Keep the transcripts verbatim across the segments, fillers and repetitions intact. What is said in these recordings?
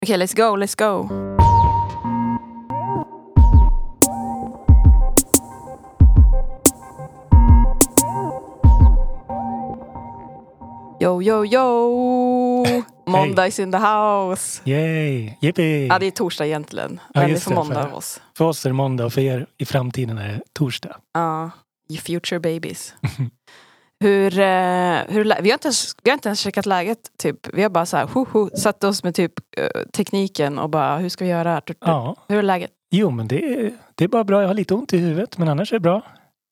Okej, let's go, let's go. Yo, yo, yo. Mondays in the house. Yay, yippee. Ja, det är torsdag egentligen. Ja, Men det är just för det, måndag för- av oss. För oss är det måndag och för er i framtiden är det torsdag. Ja, you future babies. Hur, eh, hur, lä- vi, har inte ens, vi har inte ens checkat läget. Typ. Vi har bara så här, ho, ho, satt oss med typ eh, tekniken och bara, hur ska vi göra här? Ja. Hur är läget? Jo, men det är, det är bara bra. Jag har lite ont i huvudet, men annars är det bra.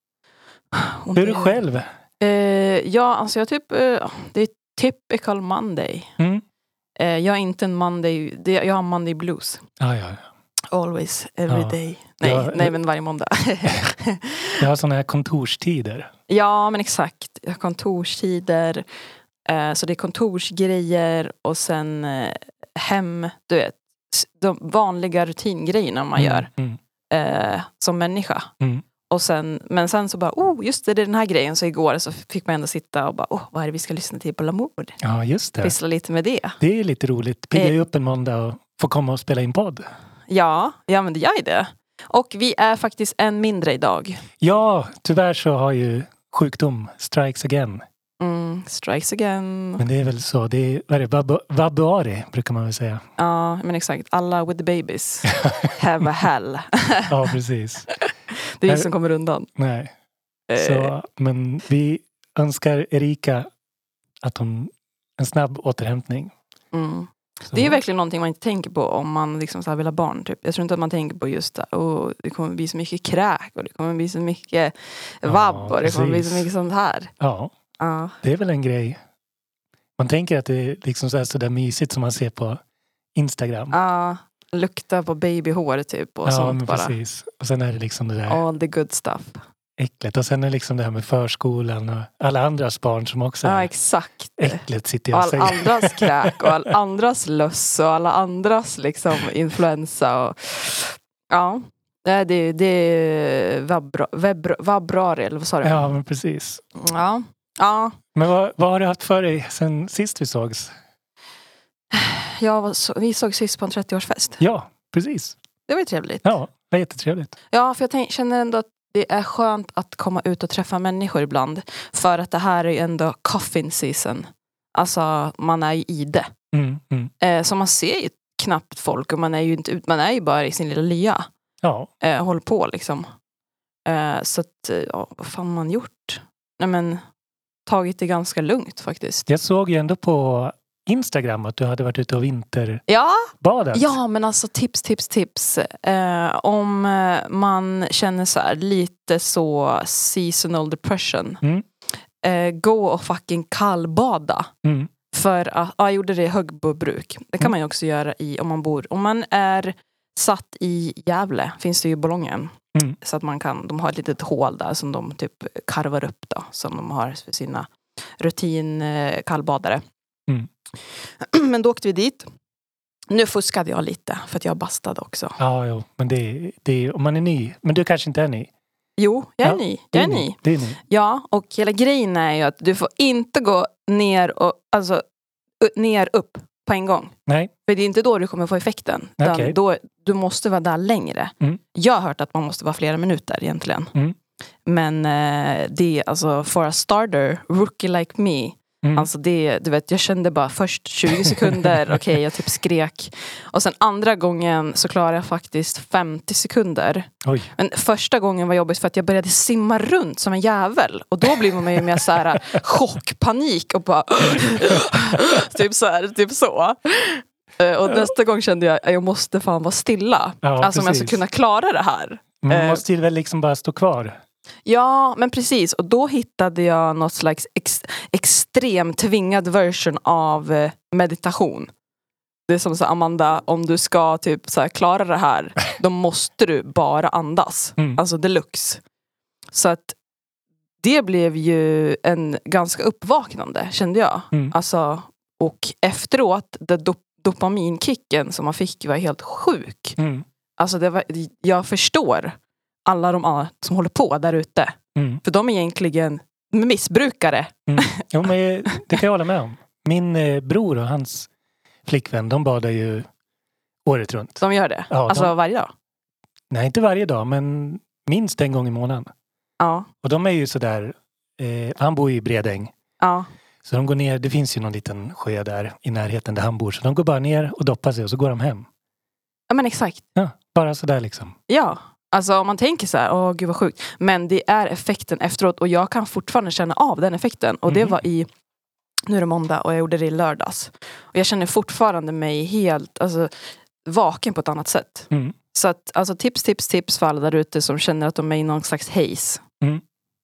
Ont Hur är i- du själv? Eh, ja, alltså jag typ, eh, det är typical Monday. Mm. Eh, jag är inte en Monday, det, jag har Monday blues. Ja, ja, ja. Always, every Ja. day. Nej, Ja, nej eh. men varje måndag. Jag har sådana här kontorstider. Ja, men exakt. Jag har kontorstider. Eh, så det är kontorsgrejer och sen eh, hem, du vet. s- De vanliga rutingrejerna man Mm, gör Mm. eh, som människa. Mm. Och sen, men sen så bara, oh just det, det är den här grejen. Så igår så fick man ändå sitta och bara, oh vad är det vi ska lyssna till på L'amour? Ja, just det. Pyssla lite med det. Det är lite roligt. Pigga Eh. ju upp en måndag och få komma och spela in podd. Ja, ja men det gör ju det. Och vi är faktiskt en mindre idag. Ja, tyvärr så har ju sjukdom strikes again. Mm, strikes again. Men det är väl så. Det är, vad är det? Vab- Vabuari brukar man väl säga. Ja, men exakt. Alla with the babies have a hell. Ja, precis. Det är vi Här- som kommer undan. Nej. Eh, Så, men vi önskar Erika att hon en snabb återhämtning. mm. Så, Det är verkligen någonting man inte tänker på om man liksom så här vill ha barn. Typ. Jag tror inte att man tänker på just det. Och det kommer bli så mycket kräk och det kommer bli så mycket vabb Ja, och det kommer bli så precis. mycket sånt här. Ja, Ja, det är väl en grej. Man tänker att det är liksom så, här, så där mysigt som man ser på Instagram. ja, lukta på babyhår typ och ja, sånt men bara. precis. Och sen är det liksom det där All the good stuff. äcklet. Och sen är det liksom det här med förskolan och alla andras barn som också Ja, är exakt. äckligt, sitter Och jag och all säger. andras kräk och all andras löss och alla andras liksom influensa och ja, det, det, det är vabra, vabra, vabrari eller vad sa du? Ja, men precis. Ja, ja. Men vad, vad har du haft för dig sen sist vi sågs? Jag var så, vi såg sist på en trettioårsfest. Ja, precis. Det var ju trevligt. Ja, det var jättetrevligt. Ja, för jag tänk, känner ändå att det är skönt att komma ut och träffa människor ibland. För att det här är ju ändå coffin season. Alltså, man är ju i det. Mm, mm. Eh, så man ser ju knappt folk och man är ju inte ut, man är ju bara i sin lilla lya. Ja, Eh, håller på liksom. Eh, så att, eh, ja, vad fan har man gjort? Nej men, tagit det ganska lugnt faktiskt. jag såg ju ändå på Instagram att du hade varit ute och vinterbadat. Ja, ja men alltså tips, tips, tips. Eh, om eh, man känner så här, lite så seasonal depression. Mm. Eh, gå och fucking kallbada. Mm. För att, ja, jag gjorde det i Högbobruk. Det kan Mm. man ju också göra i om man bor, om man är satt i Gävle, finns det ju Bolongen. Mm. Så att man kan, de har ett litet hål där som de typ karvar upp då. Som de har för sina rutin eh, kallbadare. Mm. Men då åkte vi dit. Nu fuskade jag lite för att jag bastade också. Ja, jo, men det, det, om man är ny. Men du kanske inte är ny. Jo, jag är Ja, ny. Det Jag är ny. Det är ny. Ja, och hela grejen är ju att du får inte gå ner och alltså u- ner upp på en gång. Nej, För det är inte då du kommer få effekten. Utan Okej. då, du måste vara där längre. Mm. Jag har hört att man måste vara flera minuter egentligen. Mm. Men eh, det är alltså for a starter, rookie like me. mm. Alltså det, du vet, jag kände bara först tjugo sekunder, okej okay, jag typ skrek. Och sen andra gången så klarade jag faktiskt femtio sekunder. Oj. Men första gången var jobbigt för att jag började simma runt som en jävel. Och då blir man ju mer så här chock, panik och bara typ så här, typ så. Eh, Och nästa gång kände jag att jag måste fan vara stilla. Ja, alltså om jag ska precis. kunna klara det här. Man eh, måste ju väl liksom bara stå kvar. Ja, men precis. Och då hittade jag något slags ex- extrem tvingad version av eh, meditation. Det är som så Amanda, om du ska typ så här, klara det här, då måste du bara andas. Mm. Alltså deluxe. Så att det blev ju en ganska uppvaknande, kände jag. Mm. Alltså, och efteråt, den dop- dopaminkicken som man fick var helt sjuk. Mm. Alltså det var, jag förstår alla de andra som håller på där ute. Mm. För de är egentligen missbrukare. Mm. Jo, men det kan jag hålla med om. Min eh, bror och hans flickvän, de badar ju året runt. De gör det? Ja, alltså de, varje dag? Nej, inte varje dag, men minst en gång i månaden. Ja. Och de är ju sådär, eh, han bor ju i Bredäng. Ja. Så de går ner, det finns ju någon liten sjö där i närheten där han bor. Så de går bara ner och doppar sig och så går de hem. Ja, men exakt. Ja, bara sådär liksom. Ja, alltså om man tänker så här, åh gud vad sjukt. Men det är effekten efteråt och jag kan fortfarande känna av den effekten. Och det Mhm. var i, nu är det måndag och jag gjorde det i lördags. Och jag känner fortfarande mig helt, alltså vaken på ett annat sätt. Mm. Så att, alltså tips, tips, tips för alla där ute som känner att de är i någon slags haze. Mm.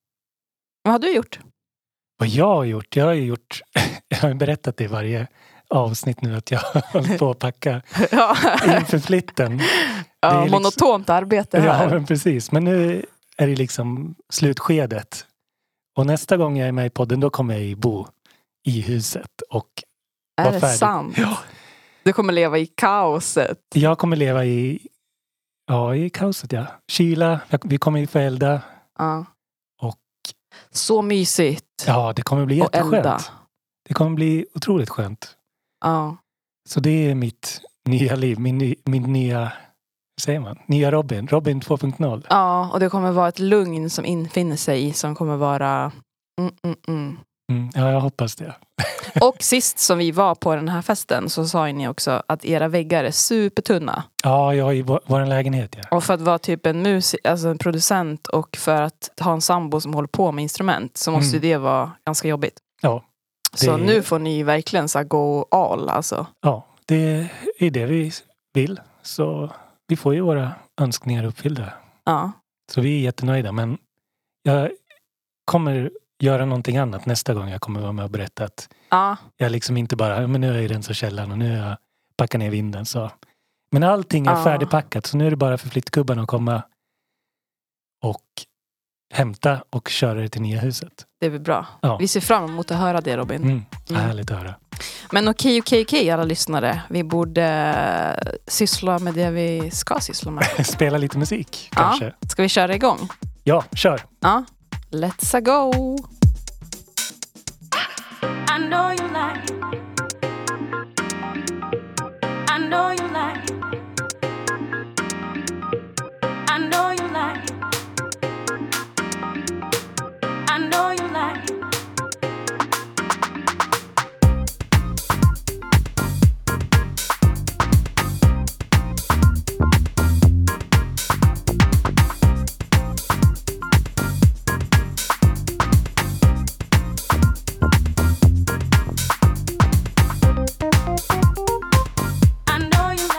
Vad har du gjort? Vad jag har gjort? Jag har ju gjort, jag har ju berättat det i varje avsnitt nu att jag håller på att packa Ja, inför flytten. ja Det är liksom- monotont arbete Ja, här. men precis. Men nu är det liksom slutskedet. Och nästa gång jag är med i podden då kommer jag ju bo i huset och Är vara det färdig. sant? Ja. Du kommer leva i kaoset. Jag kommer leva i, ja, i kaoset, ja. Kyla, vi kommer ju få elda. Ja. Och- Så mysigt. Ja, det kommer bli Och elda. jätteskönt. Det kommer bli otroligt skönt. Ja. Så det är mitt nya liv, min, ny- min nya, hur säger man? Nya Robin, Robin två punkt noll. Ja, och det kommer vara ett lugn som infinner sig som kommer vara mm, mm, mm. Mm, ja, jag hoppas det. Och sist som vi var på den här festen så sa ju ni också att era väggar är supertunna. Ja, jag har ju vår, vår lägenhet, ja. Och för att vara typ en musik, alltså en producent och för att ha en sambo som håller på med instrument så måste Mm. ju det vara ganska jobbigt. Ja. Så Det- nu får ni verkligen så här go all alltså. Ja, det är det vi vill. Så vi får ju våra önskningar uppfyllda. Ja. Så vi är jättenöjda. Men jag kommer göra någonting annat nästa gång jag kommer vara med och berätta att Ja. jag liksom inte bara, men nu har jag rensat källaren och nu har jag packat ner vinden. Så. Men allting är Ja. färdigpackat så nu är det bara för flyttkubbarna att komma och hämta och köra det till nya huset. Det blir bra. Ja. Vi ser fram emot att höra det, Robin. Mm. Mm. Härligt att höra. Men okej, okej, okej alla lyssnare. Vi borde eh, syssla med det vi ska syssla med. Spela lite musik Ja. kanske. Ska vi köra igång? Ja, kör. Ja. Let's go! I know you like it. I know you like it. I know you like it. I know you like it. I know you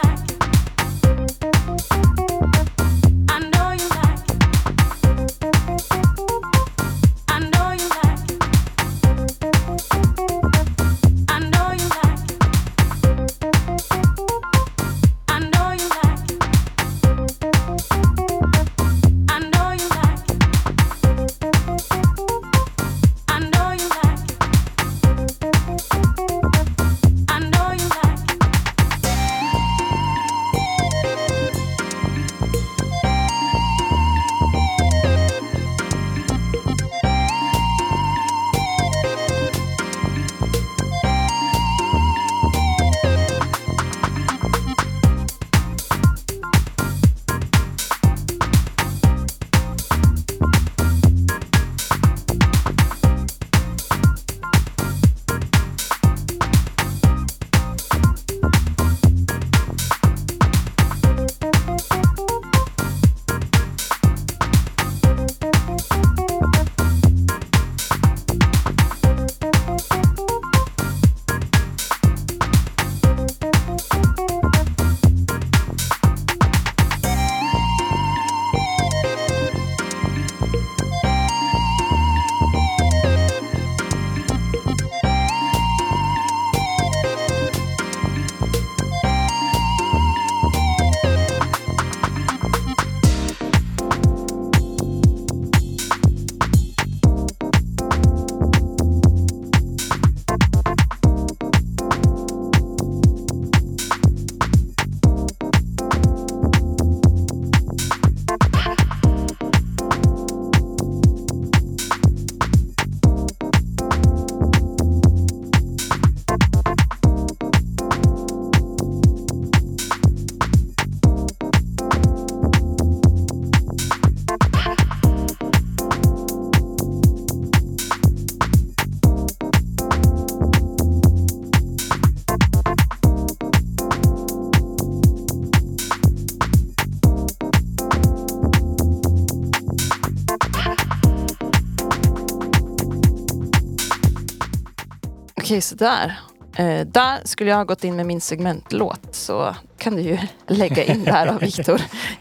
Okej, så där. Eh, där skulle jag ha gått in med min segmentlåt, så kan du ju lägga in där då, Viktor.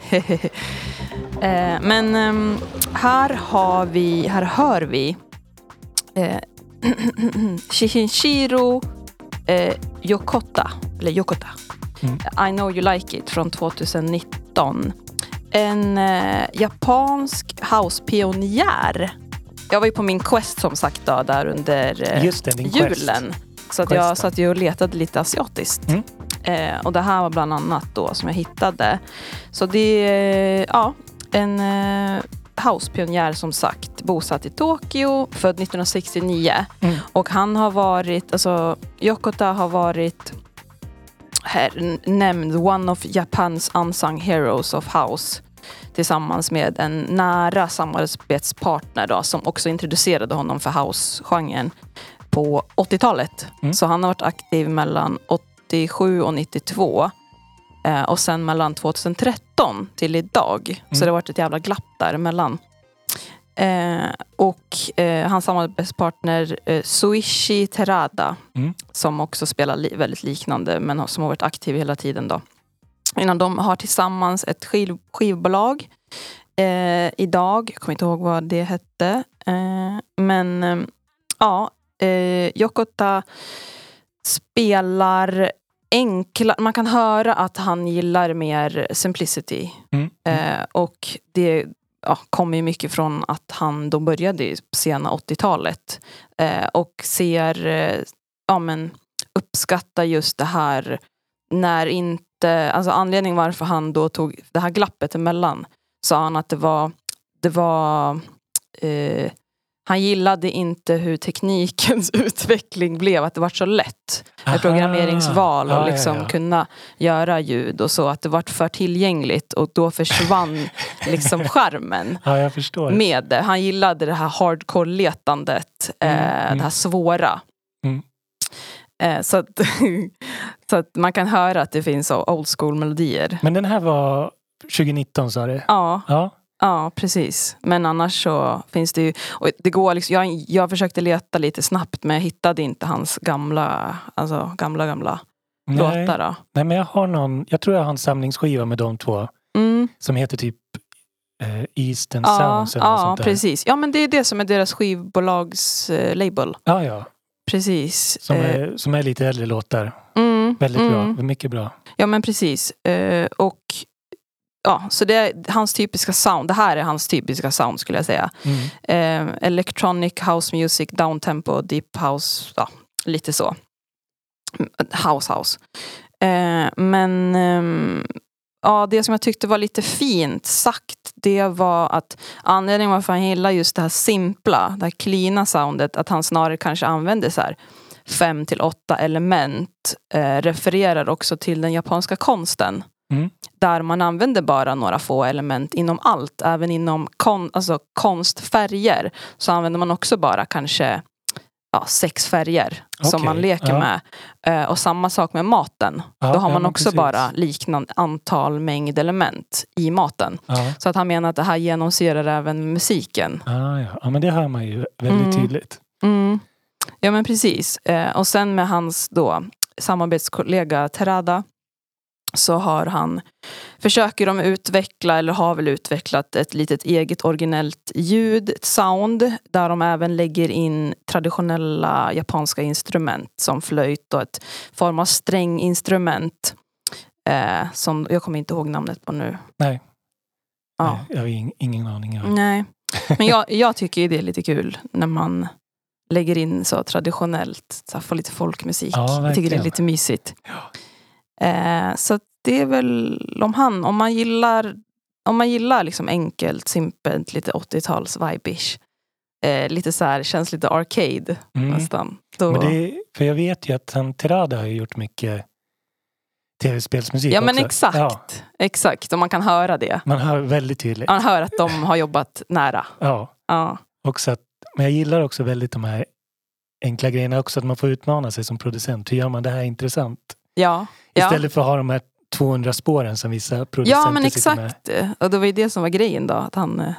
eh, men eh, här har vi, här hör vi eh, Shinichiro eh, Yokota, eller Yokota. Mm. I know you like it från tjugonitton. En eh, japansk house-pionjär. Jag var ju på min quest som sagt då, där under eh, Just det, julen. Så att jag satt ju och letade lite asiatiskt. Mm. Eh, och det här var bland annat då som jag hittade. Så det är ja, en eh, house-pionjär som sagt, bosatt i Tokyo, född nittonhundrasextionio. Mm. Och han har varit, alltså Yokota har varit här, nämnd one of Japans unsung heroes of house, tillsammans med en nära samarbetspartner då, som också introducerade honom för house-genren på åttiotalet. Mm. Så han har varit aktiv mellan åttiosju och nittiotvå. Eh, och sen mellan tjugotretton till idag. Mm. Så det har varit ett jävla glapp däremellan. Eh, och eh, hans samarbetspartner eh, Soichi Terada. Mm. Som också spelar li- väldigt liknande, men som har varit aktiv hela tiden då. Innan de har tillsammans ett skiv- skivbolag. Eh, idag, jag kommer inte ihåg vad det hette. Eh, men eh, ja, eh, Yokota spelar enkla, man kan höra att han gillar mer simplicity. Mm. Eh, och det ja, kommer ju mycket från att han då började i sena åttiotalet. Eh, och ser, eh, ja men uppskattar just det här när inte, alltså anledningen varför han då tog det här glappet emellan, sa han att det var, det var eh, han gillade inte hur teknikens utveckling blev, att det var så lätt med programmeringsval och liksom ja, ja, ja. kunna göra ljud och så, att det var för tillgängligt och då försvann liksom skärmen ja, jag förstår. Med det. Han gillade det här hardcore-letandet, mm, eh, mm. det här svåra. Mm. Eh, så, att, så att man kan höra att det finns så old school-melodier. Men den här var tjugonitton, sa du? Ja. Ja. Ja, precis. Men annars så finns det ju, och det går liksom, jag, jag försökte leta lite snabbt, men jag hittade inte hans gamla, alltså gamla, gamla Nej. låtar då. Nej, men jag har någon, jag tror jag har en samlingsskiva med de två. Mm. Som heter typ eh, Eastern ja, Sounds eller ja, något sånt där. Precis. Ja, men det är det som är deras skivbolags eh, label. Ja, ja. Precis. Som är, eh. som är lite äldre låtar. Mm, Väldigt mm. bra, mycket bra. Ja, men precis. Eh, och ja, så det är hans typiska sound. Det här är hans typiska sound, skulle jag säga. Mm. Eh, electronic house music, downtempo, deep house, ja, lite så. House house. Eh, men eh, ja, det som jag tyckte var lite fint sagt, det var att anledningen varför han gillar just det här simpla, det här cleana soundet, att han snarare kanske använder så här fem till åtta element, eh, refererar också till den japanska konsten. Mm. Där man använder bara några få element inom allt. Även inom kon, alltså konstfärger så använder man också bara kanske ja, sex färger okay. som man leker ja. med. Uh, och samma sak med maten. Ja, Då har man ja, också precis. bara liknande antal mängd element i maten. Ja. Så att han menar att det här genomsyrar även musiken. Ah, ja. ja, men det hör man ju väldigt mm. tydligt. Mm. Ja, men precis. Uh, och sen med hans då samarbetskollega Terada, så har han, försöker de utveckla, eller har väl utvecklat ett litet eget originellt ljud, ett sound, där de även lägger in traditionella japanska instrument som flöjt och ett form av stränginstrument eh, som jag kommer inte ihåg namnet på nu. Nej, ja. Nej jag har ing, ingen aning. Av. Nej, men jag, jag tycker ju det är lite kul när man lägger in så traditionellt, så får lite folkmusik. Ja, jag tycker det är lite mysigt. Ja. Eh, så det är väl om han, om man gillar om man gillar liksom enkelt, simpelt, lite åttio-tals vibe-ish. Eh, lite så här, känns lite arcade mm. nästan. Då... Men det är, för jag vet ju att han Terada har gjort mycket tv-spelsmusik Ja också. men exakt, ja. exakt. Och man kan höra det. Man hör väldigt tydligt. Man hör att de har jobbat nära. Ja, ja. Också att, men jag gillar också väldigt de här enkla grejerna också, att man får utmana sig som producent. Hur gör man det här intressant? Ja. Istället för att ha de här tvåhundra spåren som vissa producenter Ja, men exakt. Och det var ju det som var grejen då. Att han,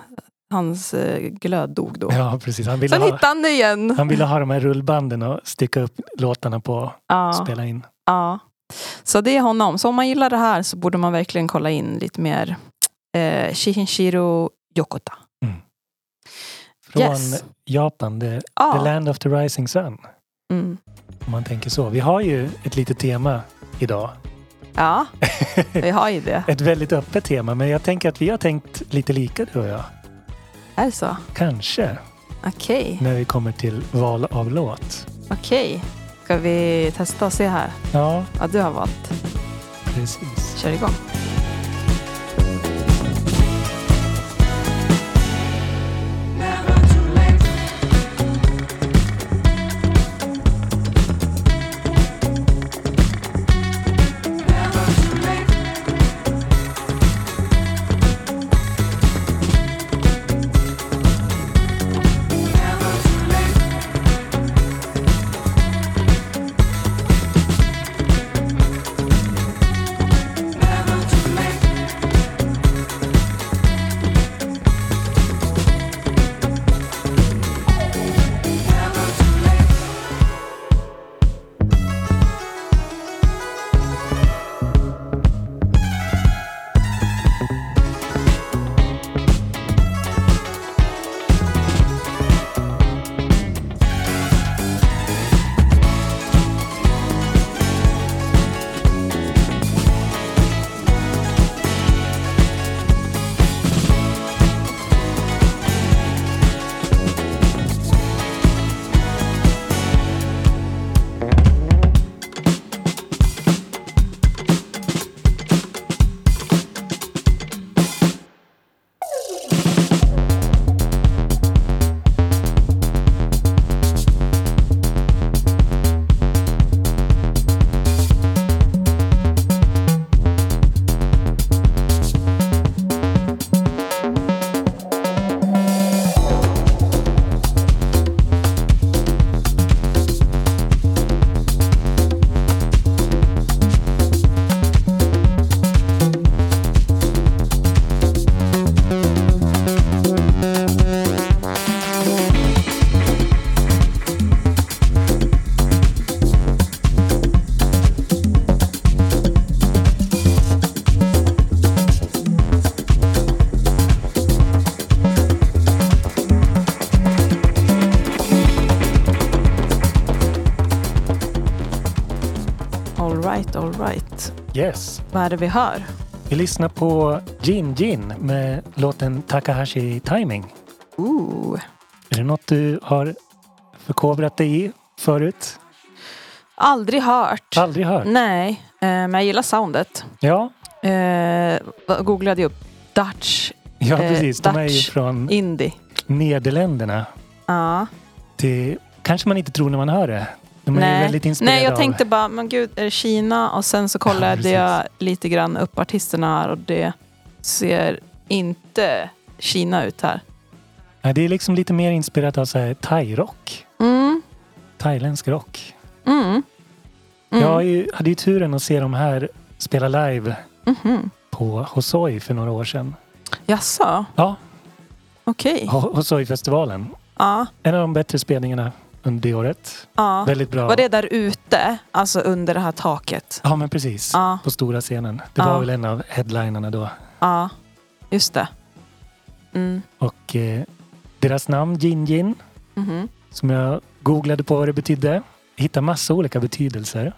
hans eh, glöd dog då. Ja, precis. Han ville, Sen ha, hittade han det igen. han ville ha de här rullbanden och sticka upp låtarna på och Ja, spela in. ja. Så det är honom. Så om man gillar det här så borde man verkligen kolla in lite mer eh, Shigenshiro Yokota. Från Yes. Japan, the, Ja. the land of the rising sun. Mm. Om man tänker så. Vi har ju ett litet tema idag. Ja, vi har ju det. Ett väldigt öppet tema, men jag tänker att vi har tänkt lite lika du och jag. Är det så? Kanske, Okej, när vi kommer till val av låt. okej. Ska vi testa och se här Ja, vad du har valt? precis. Kör igång. All right, all right. Yes. Vad är det vi hör? Vi lyssnar på Jin Jin med låten Takahashi Timing. Ooh. Är det något du har förkovrat dig i förut? Aldrig hört. Aldrig hört? Nej, eh, men jag gillar soundet. Ja, Eh, googlade jag upp Dutch ja Eh, precis. De är ju Dutch. från indie. Nederländerna. Ja. Det kanske man inte tror när man hör det. De är ju väldigt inspirerade Nej, jag av- tänkte bara, men gud, är det Kina? Och sen så kollade Ja, precis. jag lite grann upp artisterna här och det ser inte Kina ut här. Ja, det är liksom lite mer inspirerat av så här thai-rock. Mm. Thailändsk rock. Mm. Mm. Jag har ju, hade ju turen att se dem här spela live Mhm. på Hosoi för några år sedan. Jaså? Ja, Okej. Ho- Hosoi-festivalen. Ja. En av de bättre spelningarna under det året. Ja. Väldigt bra. Var det där ute? Alltså under det här taket? Ja, men precis. Ja. På stora scenen. Det Ja. var väl en av headlinerna då. Ja. Just det. Mm. Och eh, deras namn, Jin Jin, Mhm. som jag googlade på vad det betydde. Jag hittade massa olika betydelser.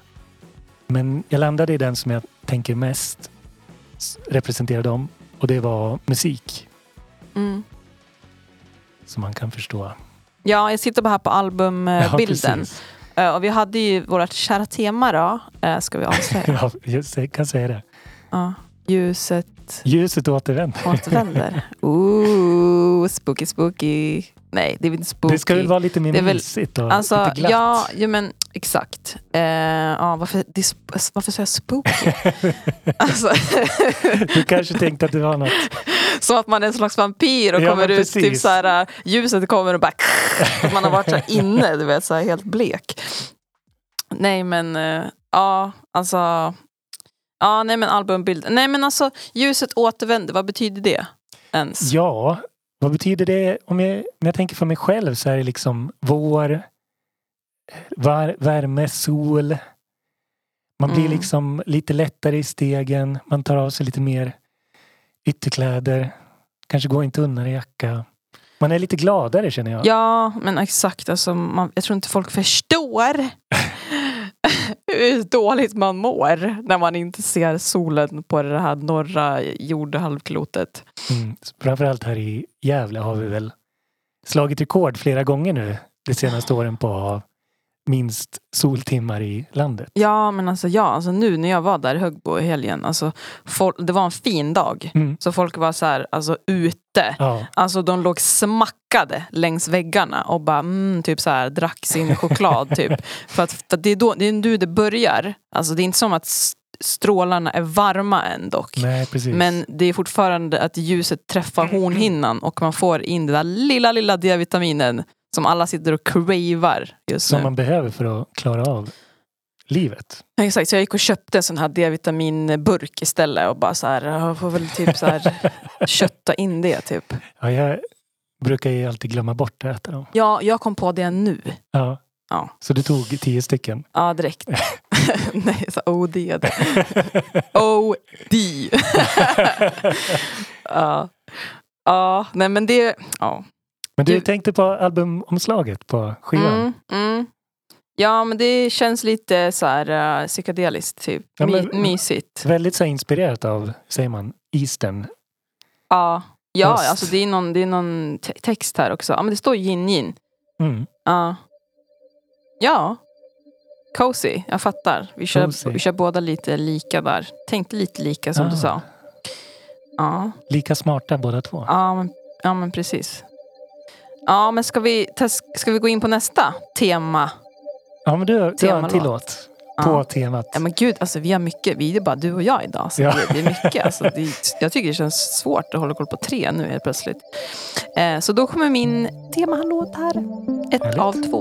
Men jag landade i den som jag tänker mest s- representerar dem. Och det var musik. Mm. Som man kan förstå. Ja, jag sitter bara här på Ja, albumbilden. precis. Eh, och vi hade ju vårt kära tema då. Eh, ska vi avslöja? Ja, jag kan säga det. Ja. Ljuset Ljuset återvänder. återvänder. Ooh, spooky, spooky. Nej, det är inte spooky. Det ska väl vara lite mer Det är väl- mysigt och Alltså, lite glatt. ja, jo, men exakt. Eh, ja, varför, dis- varför säger jag spooky? alltså, Du kanske tänkte att det var något. som att man är en slags vampyr och Ja, kommer men ut, typ precis. så här, ljuset kommer och bara att man har varit så här inne, du vet, så här helt blek. Nej, men eh, ja, alltså ja, nej men albumbild. Nej, men alltså ljuset återvänder, vad betyder det ens? Ja, Vad betyder det? Om jag, om jag tänker för mig själv så är det liksom vår, var, värme, sol. Man blir Mm. liksom lite lättare i stegen. Man tar av sig lite mer ytterkläder. Kanske går inte undan i jacka. Man är lite gladare känner jag. Ja, men exakt. Alltså, man, jag tror inte folk förstår hur dåligt man mår när man inte ser solen på det här norra jordhalvklotet. Mm. Framförallt här i Gävle har vi väl slagit rekord flera gånger nu de senaste åren på att ha minst soltimmar i landet. Ja, men alltså ja, alltså nu när jag var där i Högbo i helgen, alltså folk, det var en fin dag. Mm. Så folk var så här, alltså ute. Ja. Alltså de låg smackade längs väggarna och bara mm, typ så här drack sin choklad typ. För att, för att det är då det är nu det börjar. Alltså det är inte som att s- strålarna är varma än dock. Nej, precis. Men det är fortfarande att ljuset träffar hornhinnan och man får in det där lilla lilla D-vitaminen som alla sitter och cravar just Som nu. man behöver för att klara av livet. Ja, exakt, så jag gick och köpte en sån här D-vitaminburk istället och bara så här, jag får väl typ så här kötta in det typ. Ja, jag brukar ju alltid glömma bort att äta dem. Ja, jag kom på det nu. Ja. Ja. Så du tog tio stycken? Ja, direkt. Nej, så O D. O D. Ja. Ja, nej men det, ja. Men du Du- tänkte på albumomslaget på skivan? Mm, mm. Ja, men det känns lite så här uh, psykedeliskt typ. Ja, My, men- mysigt. Väldigt så här inspirerat av, säger man, Eastern. Ja, ja Fast- alltså det är någon, det är någon te- text här också. Ja, men det står yin yin. Mm. Ja. Ja. Cozy, jag fattar. Vi kör, Cozy. vi kör båda lite lika där. Tänkte lite lika som Ah. du sa. Ja. Lika smarta båda två. Ja, men, ja, men precis. Ja, men ska vi, tes- ska vi gå in på nästa tema? Ja, men du, du har en Temalåt. till låt på Ja. temat. Ja, men gud, alltså vi har mycket. Vi är bara du och jag idag. Så Ja. det, det är mycket. Alltså, det, jag tycker det känns svårt att hålla koll på tre nu helt plötsligt. Eh, så då kommer min temalåt här. Ett Härligt. av två.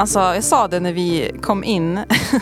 alltså jag sa det när vi kom in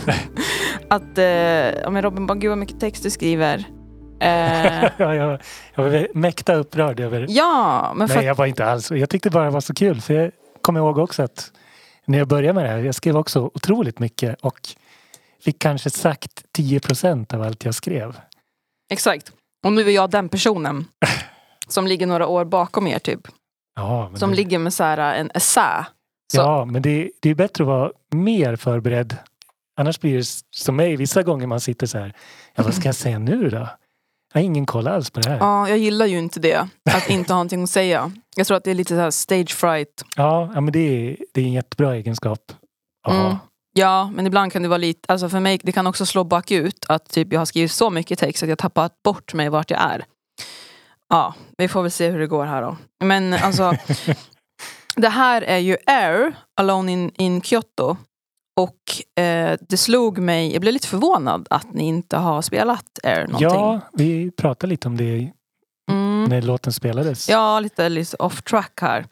att eh, ja, men Robin bara, gud vad mycket text du skriver. Eh, ja, jag, jag var mäkta upprörd över... ja, men för Nej, jag var inte alls. Jag tyckte bara det var så kul. För jag kommer ihåg också att när jag började med det här, jag skrev också otroligt mycket och fick kanske sagt tio procent av allt jag skrev. exakt. Och nu är jag den personen som ligger några år bakom er typ. Ja, men Som det... ligger med så här en essä. Så. Ja, men det, det är bättre att vara mer förberedd. Annars blir det som mig vissa gånger man sitter så här. Ja, vad ska jag säga nu då? Jag har ingen koll alls på det här. Ja, jag gillar ju inte det. Att inte ha någonting att säga. Jag tror att det är lite så här stage fright. Ja, ja men det är, det är en jättebra egenskap. Mm. Ja, men ibland kan det vara lite... Alltså för mig, det kan också slå bakut. Att typ jag har skrivit så mycket text att jag tappat bort mig vart jag är. Ja, vi får väl se hur det går här då. Men alltså... det här är ju Air, Alone in, in Kyoto. Och eh, det slog mig... Jag blev lite förvånad att ni inte har spelat Air någonting. Ja, vi pratade lite om det mm. när låten spelades. Ja, lite, lite off track här.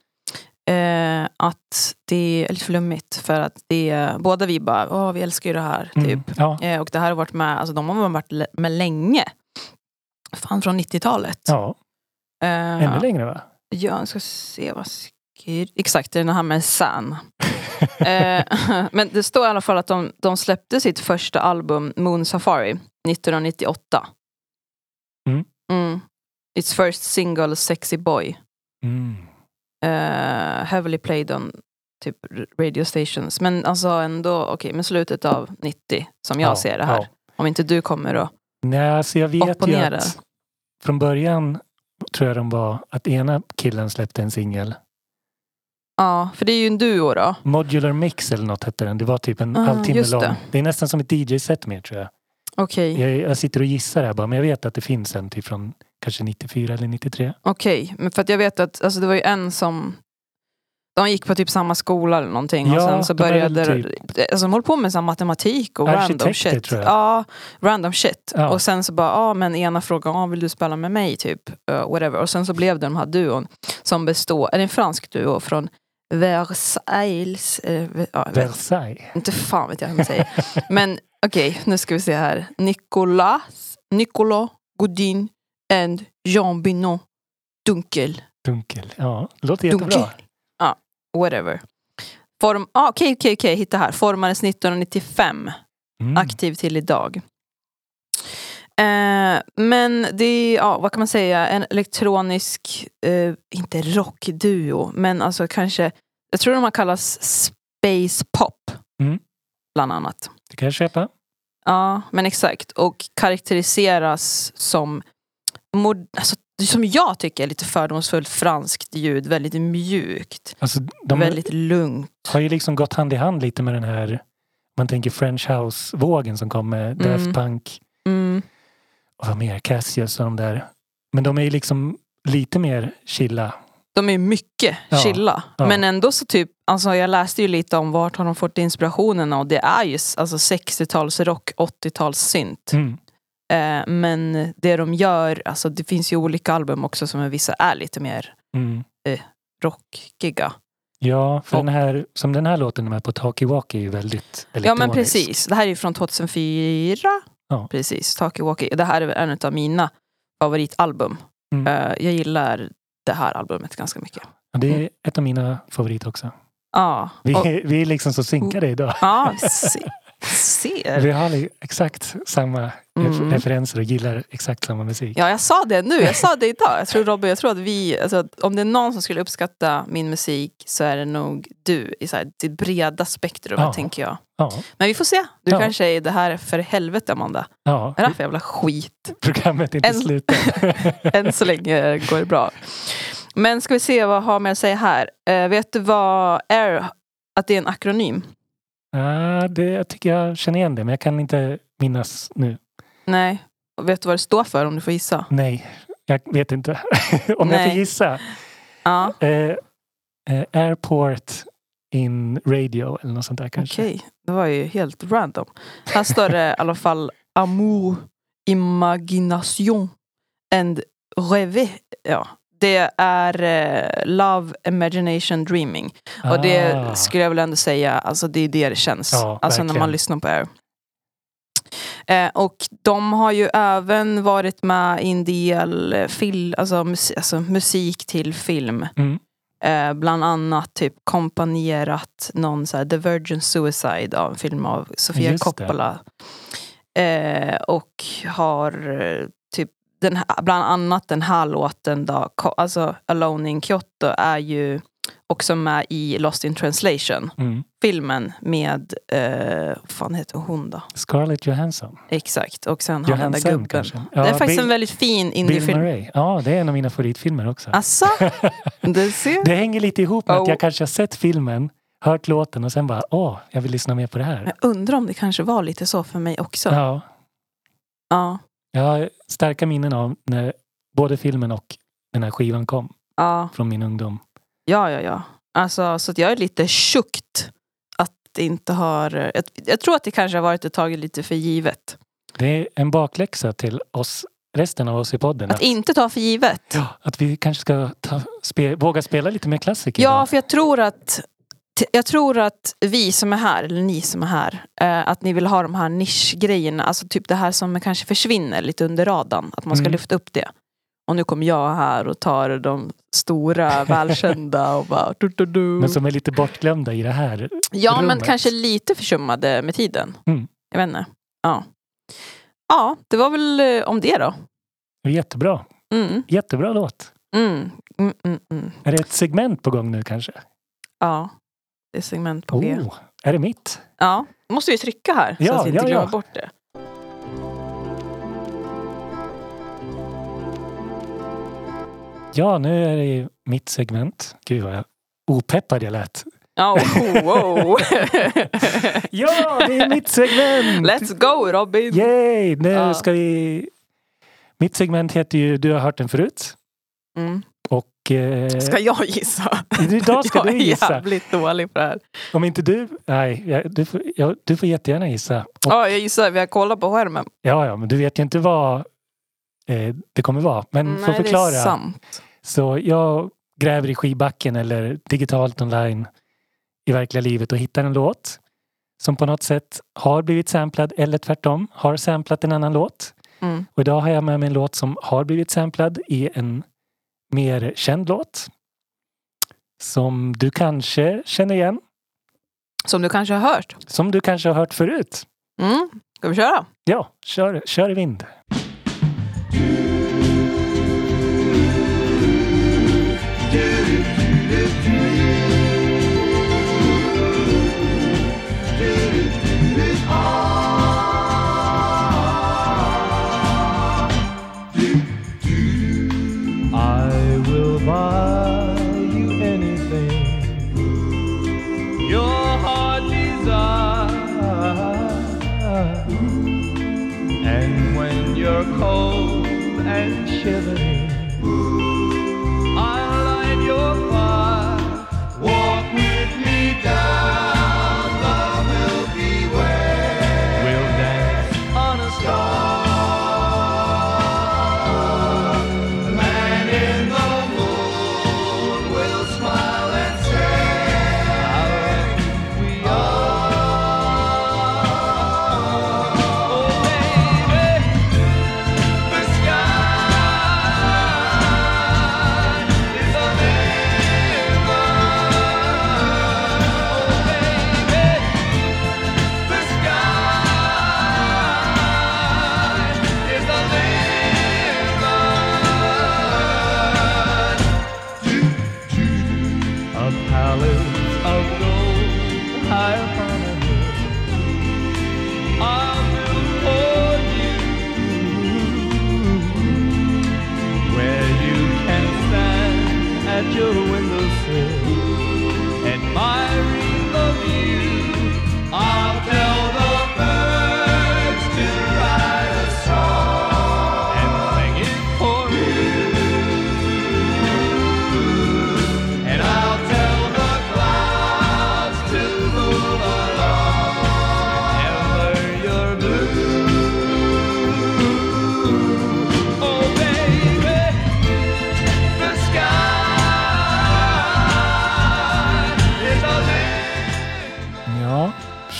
Eh, att det är lite flummigt. För att det är... Båda vi bara, åh vi älskar ju det här. Typ. Mm, ja. eh, och det här har varit med... Alltså de har varit med länge. Fan, från nittiotalet. Ja, eh, ännu längre va? Ja, jag ska se vad skri... Exakt, det är den här med San. eh, men det står i alla fall att de, de släppte sitt första album Moon Safari nittonhundranittioåtta. Mm. Mm. Its first single Sexy Boy. Mm. Uh, heavily played on typ radio stations. Men alltså ändå, okej, okay, men slutet av nittio som jag ja, ser det här. Ja. Om inte du kommer då. Nej, alltså jag vet ju opponera. att från början tror jag de var att ena killen släppte en singel. Ja, för det är ju en duo då. Modular Mix eller något hette den. Det var typ en Ah, halvtimme lång. det. det är nästan som ett D J-set mer tror jag. Okej. Okay. jag. Jag sitter och gissar här bara, men jag vet att det finns en typ från kanske nittiofyra eller nittiotre. Okej, okay. Men för att jag vet att alltså, det var ju en som de gick på typ samma skola eller någonting. Ja, och sen så började typ... alltså de höll på med så matematik och random shit. Tror jag. Ja, random shit. Ja. Och sen så bara, ja men ena frågan, ah, vill du spela med mig typ? Uh, whatever. Och sen så blev det de här duon som består, är det en fransk duo från Versailles? Eh, ja, Versailles. Inte fan vet jag hur man säger. Men okej, okay, nu ska vi se här. Nicolas, Nicolas Godin and Jean Binot Dunkel. Dunkel, ja. Det låter jättebra. Dunkel. Ja, whatever. Form, ah, okej, okej, okej, hitta här. Formades nittonhundranittiofem. Mm. Aktiv till idag. Eh, men det är, ja, vad kan man säga? En elektronisk, eh, inte rockduo, men alltså kanske, jag tror de har kallas space pop. Mm. Bland annat. Det kan jag köpa. Ja, men exakt. Och karaktäriseras som mod, alltså, som jag tycker är lite fördomsfullt franskt ljud. Väldigt mjukt. Alltså, de väldigt lugnt. Har ju liksom gått hand i hand lite med den här, man tänker French House-vågen som kom med Mm. Daft Punk. Mm. Och vad mer, Cassius och de där. Men de är ju liksom lite mer chilla. De är mycket Ja, chilla. ja. Men ändå så typ, alltså jag läste ju lite om vart har de fått inspirationen och det är ju alltså sextiotals rock, åttio-tals synt. Mm. Eh, men det de gör, alltså det finns ju olika album också som vissa är lite mer Mm. eh, rockiga. Ja, för och, den här, som den här låten med på Talkie Walkie är ju väldigt elektronisk. Ja men precis, det här är ju från tjugohundrafyra. Ja. Precis, Talkie Walkie. Det här är en av mina favoritalbum. Mm. Eh, jag gillar det här albumet ganska mycket. Ja, det är ett av mina favoriter också. Ja. Vi, och, vi är liksom så synkade idag. ja, se, ser. Vi har exakt samma Mm. referenser och gillar exakt samma musik. Ja, jag sa det nu. Jag sa det idag. Jag tror Robin, jag tror att vi, alltså, att om det är någon som skulle uppskatta min musik så är det nog du i så här, det breda spektrumet, Ja. tänker jag. Ja, Men vi får se. Du Ja. kanske är det här för helvete, Amanda. ja. Det är för jävla skit. Programmet är inte En- slut. Än så länge går det bra. Men ska vi se vad jag har med att säga här. Eh, vet du vad Air, att det är en akronym? Ja, det, jag tycker jag känner igen det, men jag kan inte minnas nu. Nej. Och vet du vad det står för om du får gissa? Nej, jag vet inte. Om Nej. jag får gissa. Ja, Eh, eh, airport in radio eller något sånt där kanske. okej. Det var ju helt random. Här står det i alla fall amour, imagination and rêve. Ja, Det är eh, Love, Imagination, Dreaming. Ah. Och det skulle jag väl ändå säga, alltså det är det det känns. Ja, alltså när verkligen. man lyssnar på Air. Eh, och de har ju även varit med i en del eh, fil, alltså, mus- alltså musik till film. Mm. Eh, bland annat typ kompanjerat någon så här The Virgin Suicide av en film av Sofia Just det. Coppola. Eh, och har eh, typ den här, bland annat den här låten då, ko- alltså Alone in Kyoto är ju också med i Lost in Translation. Mm. Filmen med, eh, vad fan heter hon då? Scarlett Johansson. Exakt, och sen har den där Johansson gubben. kanske. det är Ja, faktiskt Bill- en väldigt fin Bill indiefilm. Murray. Ja, det är en av mina favoritfilmer också. Asså? Det ser. Det hänger lite ihop med Oh. att jag kanske har sett filmen, hört låten och sen bara, åh, jag vill lyssna mer på det här. Jag undrar om det kanske var lite så för mig också. Ja, Ja, jag har starka minnen av när både filmen och den här skivan kom ja, från min ungdom. ja, ja, ja. Alltså, så att jag är lite tjuckt att det inte har... Jag, jag tror att det kanske har varit ett tag lite för givet. Det är en bakläxa till oss, resten av oss i podden. Att inte ta för givet. ja, att vi kanske ska ta, spe, våga spela lite mer klassiker. Ja, då. för jag tror att jag tror att vi som är här, eller ni som är här, eh, att ni vill ha de här nischgrejerna, alltså typ det här som kanske försvinner lite under radarn, att man ska Mm. lyfta upp det. Och nu kommer jag här och tar de stora, välkända och bara... Du, du, du. Men som är lite bortglömda i det här Ja, men rummet. kanske lite försummade med tiden. Mm. Jag vet inte. Ja. Ja, det var väl eh, om det då. Jättebra. Mm. Jättebra låt. Mm. Mm, mm, mm. Är det ett segment på gång nu kanske? Ja, det är segment på G. Oh, är det mitt? Ja, måste ju trycka här så Ja, att vi inte ja, glömmer ja. bort det. Ja, nu är det mitt segment. Gud vad jag opeppad jag lät. Ja, oh, wow. Ja, det är mitt segment! Let's go, Robin! Yay! Nu Ja. ska vi... Mitt segment heter ju Du har hört den förut. Mm. Och... Eh, Ska jag gissa? idag ska jag du gissa. är jävligt dålig på det här. Om inte du... Nej, jag, du, får, jag, du får jättegärna gissa. Och, Ja, jag gissar. Vi har kollat på skärmen. ja, ja, men du vet ju inte vad eh, det kommer vara. Men för att förklara. det är sant. Så jag gräver i skivbacken eller digitalt online i verkliga livet och hittar en låt som på något sätt har blivit samplad eller tvärtom har samplat en annan låt. Mm. Och idag har jag med mig en låt som har blivit samplad i en mer känd låt som du kanske känner igen, Som du kanske har hört. som du kanske har hört förut. Mm. Ska vi köra? Ja, kör, kör i vind. I will buy you anything your heart desires. And when you're cold and shivering, I'll light your fire. Walk with me down the Milky Way. We'll dance on a star.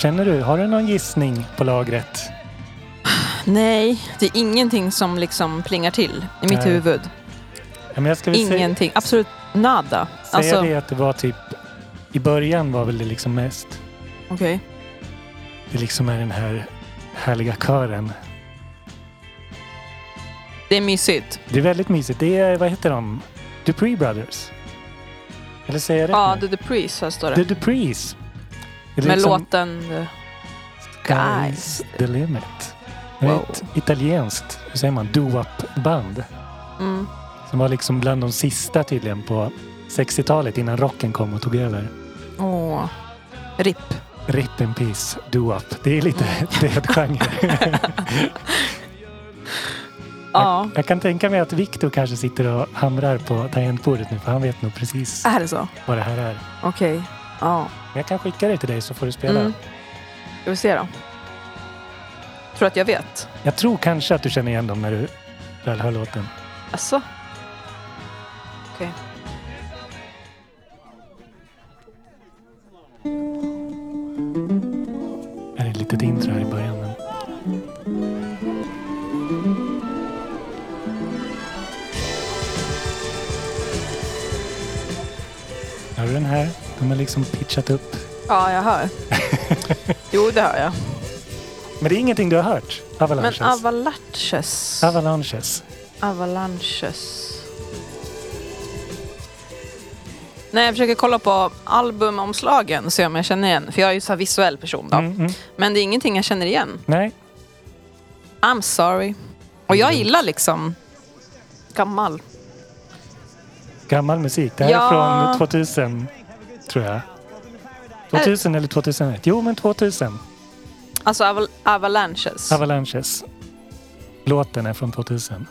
Känner du, har du någon gissning på lagret? Nej, det är ingenting som liksom plingar till i mitt Nej. huvud. Ja, men jag ska väl Ingenting, säga, absolut nada. säga Alltså, det att det var typ, i början var väl det liksom mest, okej. det liksom är den här härliga kören. Det är mysigt. Det är väldigt mysigt. Det är, vad heter de? Dupree Brothers. Eller säger jag rätt Ja, nu? The Duprees här står The det. Duprees. Det är Med liksom låten eh, Sky's the limit. Det är Wow. ett italienskt, hur säger man, doo-wop-band. mm. Som var liksom bland de sista tydligen på sextiotalet innan rocken kom och tog över. Åh, ripp. Rip in peace, doo-wop. Det är lite död genre. Ja, Jag kan tänka mig att Victor kanske sitter och hamrar på tangentbordet nu, för han vet nog precis är det så? vad det här är. Okej, ja. Men jag kan skicka det till dig så får du spela. Mm. Ska vi se då? Tror att jag vet. Jag tror kanske att du känner igen dem när du väl hör låten. Alltså. Okej. Här är ett litet intro här i början. Men... Hör du den här? De har liksom pitchat upp. Ja, jag hör. Jo, det hör jag. Men det är ingenting du har hört? Avalanches. Men avalanches. Avalanches. Avalanches. Nej, jag försöker kolla på albumomslagen och se om jag känner igen. För jag är ju så här visuell person då. Mm, mm. Men det är ingenting jag känner igen. Nej. I'm sorry. Och jag gillar liksom gammal. Gammal musik. Det här Ja. är från tvåtusen, tror jag. tvåtusen eller tvåtusenett? Jo, men tvåtusen. Alltså aval- avalanches. Avalanches. Låten är från tvåtusen.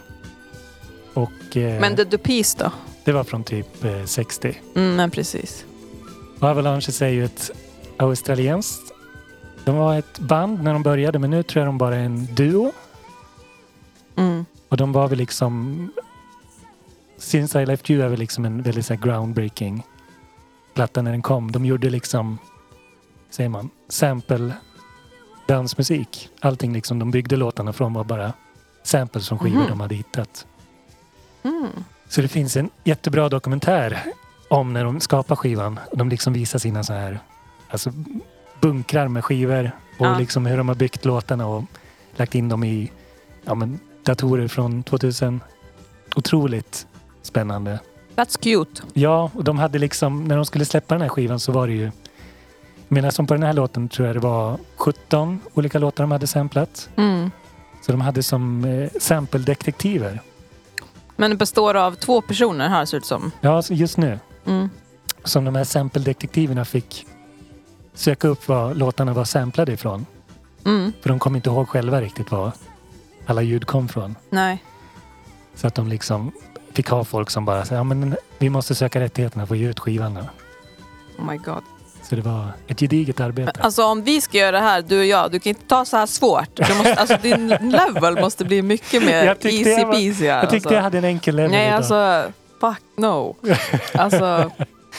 Och eh, Men The Dupees då? det var från typ eh, sextio. Mm, men precis. Och Avalanches är ju ett australienskt. De var ett band när de började, men nu tror jag de bara är en duo. Mm. Och de var väl liksom... Since I Left You är väl liksom en väldigt så här groundbreaking platta när den kom. De gjorde liksom, säger man, sample dansmusik. Allting liksom, de byggde låtarna från var bara samples från skivor Mhm. de hade hittat. Mm. Så det finns en jättebra dokumentär om när de skapar skivan. De liksom visar sina så här, alltså bunkrar med skivor och Ja. liksom hur de har byggt låtarna och lagt in dem i ja, men, datorer från tvåtusen. Otroligt spännande. That's cute. Ja, och de hade liksom, när de skulle släppa den här skivan så var det ju, jag menar som på den här låten tror jag det var sjutton olika låtar de hade samplat. Mm. Så de hade som eh, sample-detektiver. Men det består av två personer här ser det ut som. Ja, så just nu. Mm. Som de här sample-detektiverna fick söka upp vad låtarna var samplade ifrån. Mm. För de kom inte ihåg själva riktigt vad alla ljud kom från. Nej. Så att de liksom fick ha folk som bara sa, ja men vi måste söka rättigheterna för att ge ut skivan nu. Oh my god. Så det var ett gediget arbete. Men, alltså om vi ska göra det här, du och jag, du kan inte ta så här svårt. Du måste, alltså din level måste bli mycket mer Jag tyckte easy jag var- peasy. Jag tyckte alltså. jag hade en enkel level Nej, idag. alltså fuck no. Alltså.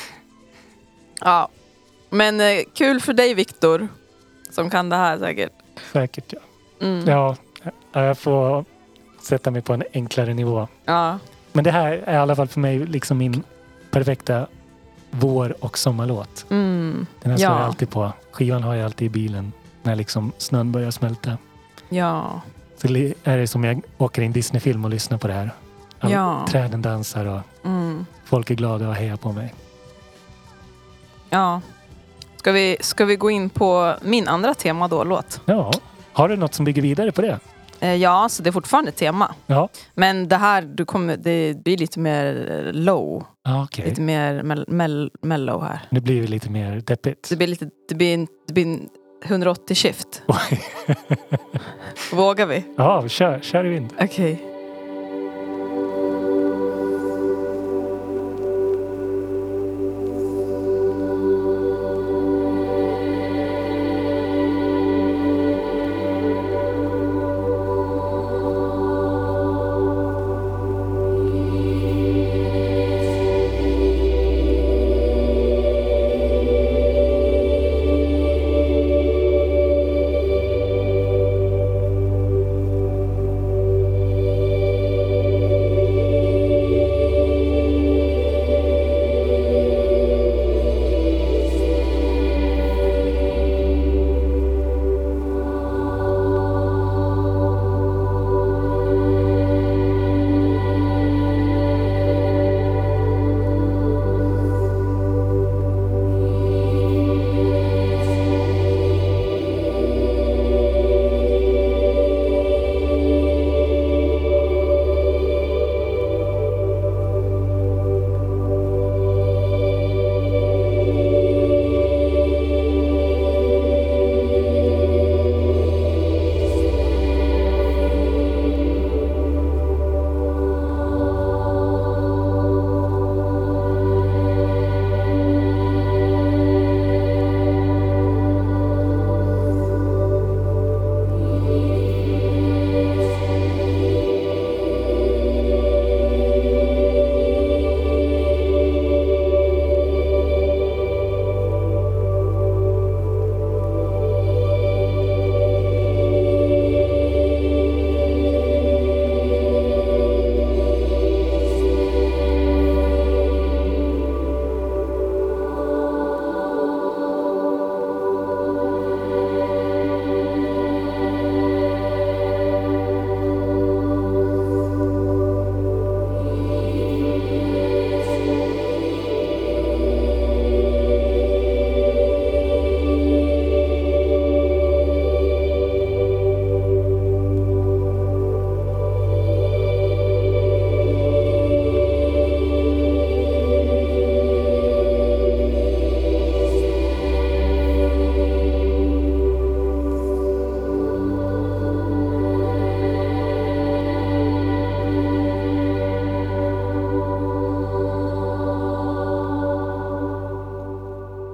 Ja. Men eh, kul för dig, Victor. Som kan det här säkert. Säkert, ja. Mm. Ja, jag får sätta mig på en enklare nivå. Ja. Men det här är i alla fall för mig liksom min perfekta vår- och sommarlåt. Mm. Den här står Ja. jag alltid på. Skivan har jag alltid i bilen när liksom snön börjar smälta. Ja. Så är det som jag åker i en Disney-film och lyssnar på det här. All, Ja. Träden dansar och Mm. folk är glada och hejar på mig. Ja. Ska vi, ska vi gå in på min andra tema då, låt? Ja, har du något som bygger vidare på det? Eh, ja, så det är fortfarande ett tema. Ja, Men det här, du kommer, det blir lite mer eh, low. ah, okej. Lite mer mel, mel, mellow här. Nu blir det lite mer deppigt. Det blir lite, det blir en, det blir en hundraåttio shift. Oj. Vågar vi? Ja, kör, kör i vind. Okej.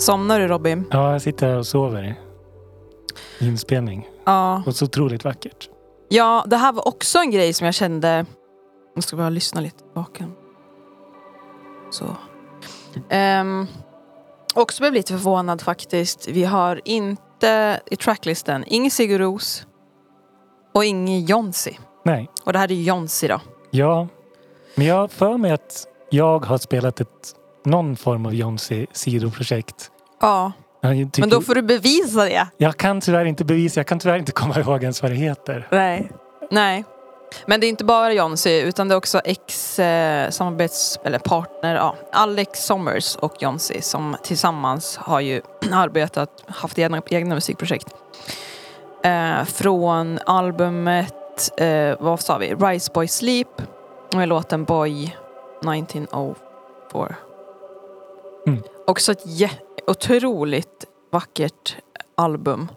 Somnar du, Robin? Ja, jag sitter här och sover. Inspelning. Ja. Och så otroligt vackert. Ja, det här var också en grej som jag kände. Jag ska bara lyssna lite bakom. Så. Um, också blev lite förvånad faktiskt. Vi har inte i tracklisten ingen Sigur Ros och ingen Jonsi. Nej. Och det här är ju Jonsi då. Ja, men jag har för mig att jag har spelat ett någon form av Jonsi sidoprojekt. Ja. Jag tycker, Men då får du bevisa det. Jag kan tyvärr inte bevisa, jag kan tyvärr inte komma ihåg ens vad det heter. Nej. Nej. Men det är inte bara Jonsi utan det är också ex eh, samarbets eller partner, ja, Alex Sommers och Jonsi som tillsammans har ju arbetat, haft egna, egna musikprojekt. Eh, från albumet, eh, vad sa vi? Rise Boy Sleep med låten Boy nittonhundrafyra. Mm. Också ett jä- otroligt vackert album.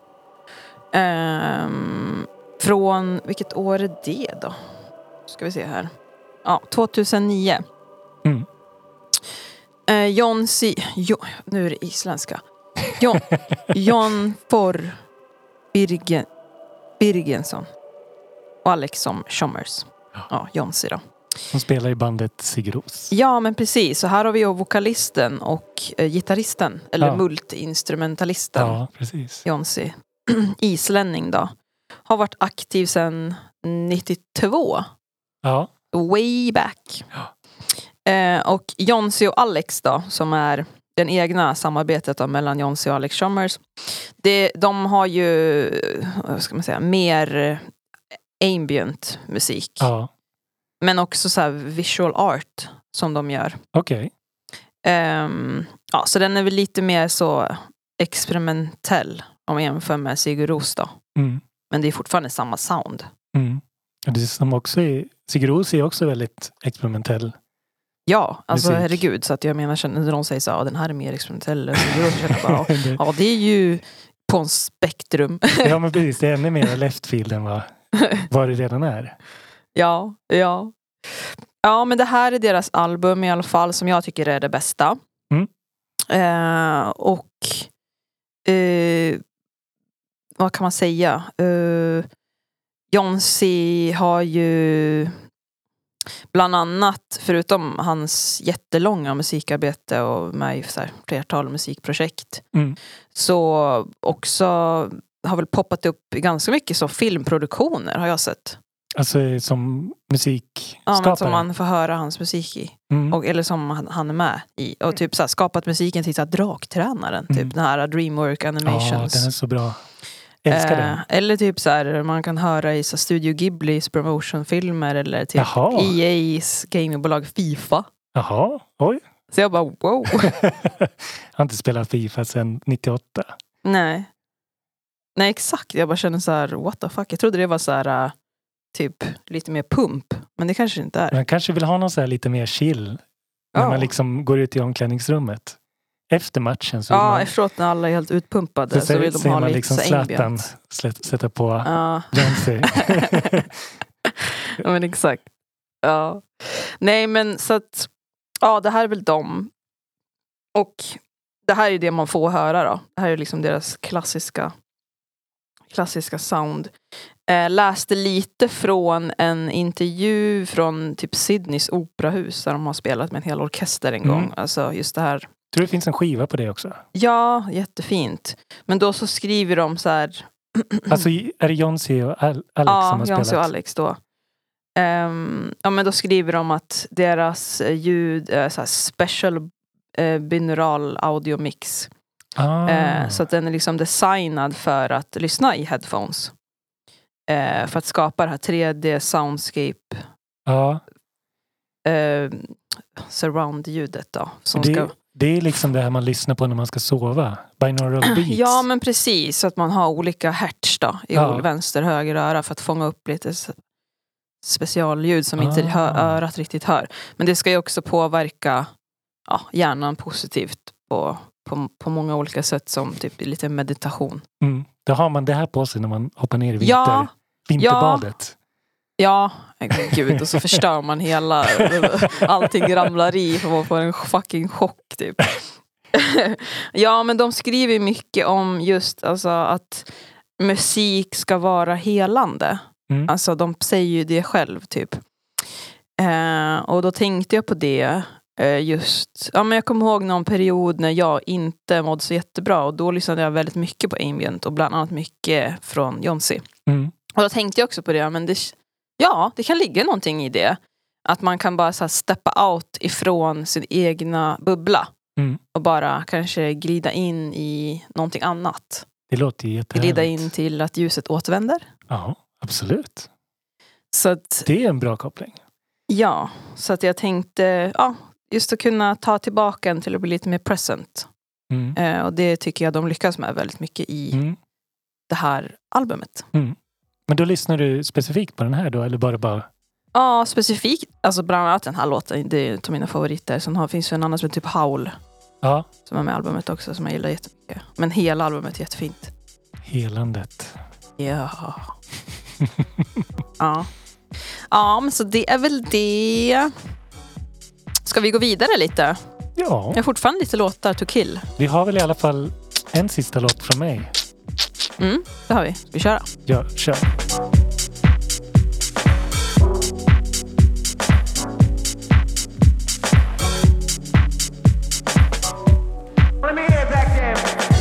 Ehm, från, vilket år är det då? Ska vi se här. Ja, tjugohundranio. Mm. Eh, Jonsi, jo, nu är det isländska. Jon, Jon For Birgen, Birgensson och Alex Sommers. Ja, Jonsi då. Som spelar i bandet Sigur Ros. Ja, men precis. Så här har vi ju vokalisten och eh, gitarristen. Eller Ja. multiinstrumentalisten. Ja, precis. Jonsi. Islänning då. Har varit aktiv sedan nittiotvå. Ja. Way back. Eh, och Jonsi och Alex då, som är den egna samarbetet då, mellan Jonsi och Alex Sommers. Det, de har ju, vad ska man säga, mer ambient musik. Ja. Men också så här visual art som de gör. Okej. Um, ja, så den är väl lite mer så experimentell om man jämför med Sigur Ros då. Mm. Men det är fortfarande samma sound. Mm. Och det som också är, Sigur Ros är också väldigt experimentell. Ja, alltså musik. herregud. Så att jag menar, när de säger så ja, den här är mer experimentell än Sigur Ros, så känner jag bara, ja, ja, det är ju på en spektrum. Ja, men precis. Det är ännu mer left field än vad, vad det redan är. Ja, ja. Ja, men det här är deras album i alla fall som jag tycker är det bästa. Mm. Eh, och eh, vad kan man säga? Eh, Jonsi har ju bland annat, förutom hans jättelånga musikarbete och med i så här flertal musikprojekt, Mm. så också har väl poppat upp ganska mycket så filmproduktioner har jag sett. Alltså som musikskapare. Ja, men som man får höra hans musik i. Mm. Och, eller som han, han är med i. Och typ så här, skapat musiken till så här, Draktränaren. Mm. Typ den här Dreamwork Ja, Animations. den är så bra. Älskar den. Eh, eller typ så här, man kan höra i så här, Studio Ghiblis promotionfilmer. Eller typ Jaha. E A's gamingbolag FIFA. Jaha, oj. Så jag bara wow. Jag har inte spelat FIFA sedan nittioåtta. Nej. Nej, exakt. Jag bara känner så här, what the fuck. Jag trodde det var så här uh, typ lite mer pump. Men det kanske inte är. Man kanske vill ha någon så här lite mer chill. När Ja. man liksom går ut i omklädningsrummet. Efter matchen så vill Ja, man, efteråt när alla är helt utpumpade. så, Så, så vill de ser ha man lite liksom så Zlatan ambient. slä- sätta på Ja. Jonsi. Ja, men exakt. Ja. Nej, men så att ja, det här är väl dem. Och det här är det man får höra då. Det här är liksom deras klassiska klassiska sound. Eh, läste lite från en intervju från typ Sydneys operahus där de har spelat med en hel orkester en Mm. gång. Alltså just det här. Tror du det finns en skiva på det också? Ja, jättefint. Men då så skriver de så här. Alltså är det Jonsi och Al- Alex som Ja, har Jonsi spelat? och Alex då. Um, ja, men då skriver de att deras eh, ljud är så här special eh, binaural audio mix. Ah. Eh, så att den är liksom designad för att lyssna i headphones. Eh, för att skapa det här tre D soundscape ja. eh, surround-ljudet då. Som Det, ska... det är liksom det här man lyssnar på när man ska sova. Binaural beats. Ja, men precis. Så att man har olika hertz då. I Ja. vänster, höger öra för att fånga upp lite s- specialljud som inte Ah. hö- örat riktigt hör. Men det ska ju också påverka ja, hjärnan positivt på, på, på många olika sätt, som typ lite meditation. Mm. Då har man det här på sig när man hoppar ner i vinter, Ja. vinterbadet. Ja, gud, och så förstör man hela, allting ramlar i och man får en fucking chock typ. Ja, men de skriver mycket om just alltså, att musik ska vara helande. Mm. Alltså de säger ju det själv typ. Eh, och då tänkte jag på det eh, just, ja men jag kommer ihåg någon period när jag inte mådde så jättebra och då lyssnade jag väldigt mycket på ambient och bland annat mycket från Jonsi. Mm. Och då tänkte jag också på det, men det, ja, det kan ligga någonting i det. Att man kan bara så här steppa out ifrån sin egna bubbla. Mm. Och bara kanske glida in i någonting annat. Det låter ju jättehärligt. Glida in till att ljuset återvänder. Ja, absolut. Så att, Det är en bra koppling. ja, så att jag tänkte, ja, just att kunna ta tillbaka en till att bli lite mer present. Mm. Eh, och det tycker jag de lyckas med väldigt mycket i Mm. det här albumet. Mm. Men då lyssnar du specifikt på den här då? Eller bara bara... Ja, specifikt, alltså bland annat den här låten, det är en av mina favoriter. Sen har, finns ju en annan som är typ Howl. Ja. Som är med i albumet också, som jag gillar jättemycket. Men hela albumet är jättefint. Helandet. Ja. Ja. Ja, men så det är väl det. Ska vi gå vidare lite? Ja. Jag har fortfarande lite låtar to kill. Vi har väl i alla fall en sista låt från mig. Mm, det har vi. Ska vi köra? Ja, kör. Let me hear back there.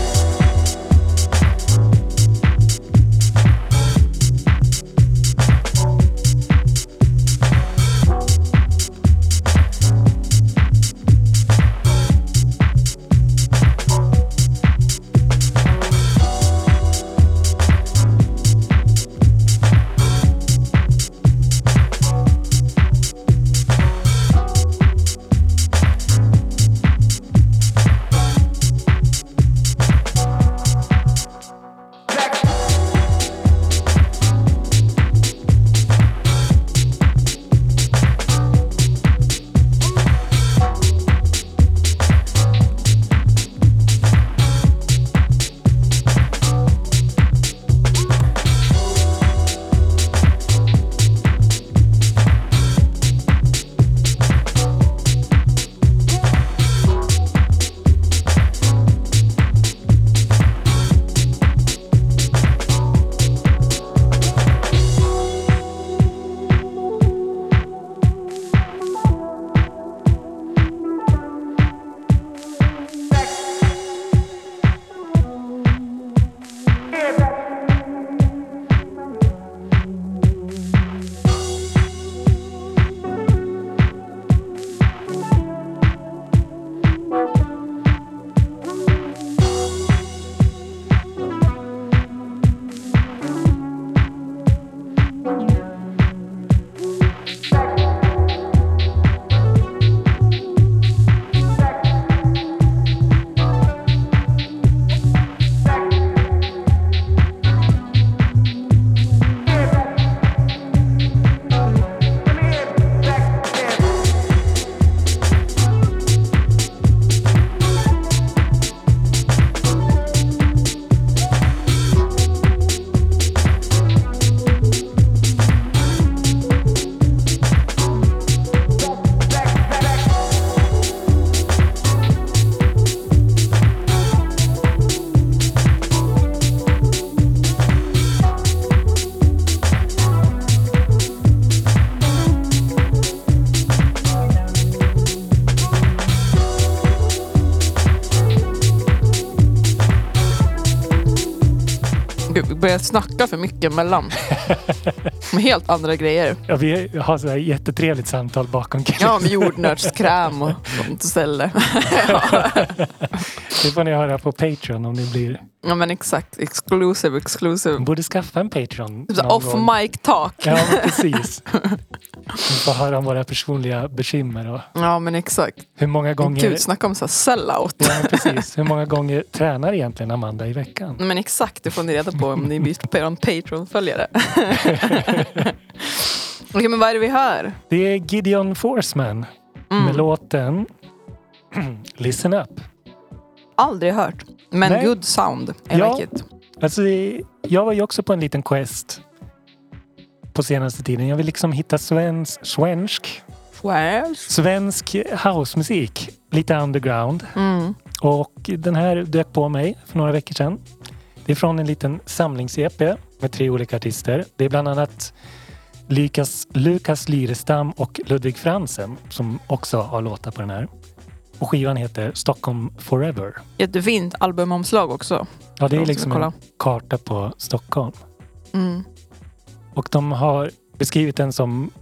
Vi börjar snacka för mycket mellan. Med helt andra grejer. Ja, vi har så här jättetrevligt samtal bakom kulissen. Ja, med jordnötskräm och sånt ställe. Ja. Det får ni höra på Patreon om ni blir... Ja, men exakt. Exclusive, exclusive. Man borde skaffa en Patreon. Så off gång. mic talk. Ja, men precis. Vi får höra om våra personliga bekymmer och Ja, men exakt. hur många gånger... Gud, snacka om så här sellout. Ja, men precis. Hur många gånger tränar egentligen Amanda i veckan? Men exakt, det får ni reda på om ni byter på er Patreon-följare. Okej, men vad är det vi hör? Det är Gideon Forsman Mm. med låten Listen Up. Aldrig hört. Men Nej. good sound. I Ja. like it. Alltså, jag var ju också på en liten quest på senaste tiden. Jag vill liksom hitta svensk, svensk, Well. svensk housemusik. Lite underground. Mm. Och den här dök på mig för några veckor sedan. Det är från en liten samlings-E P med tre olika artister. Det är bland annat Lukas, Lukas Lyrestam och Ludvig Fransen som också har låtar på den här. Och skivan heter Stockholm Forever. Jättefint albumomslag också. Ja, det är Jag ska liksom kolla. en karta på Stockholm. Mm. Och de har beskrivit den som,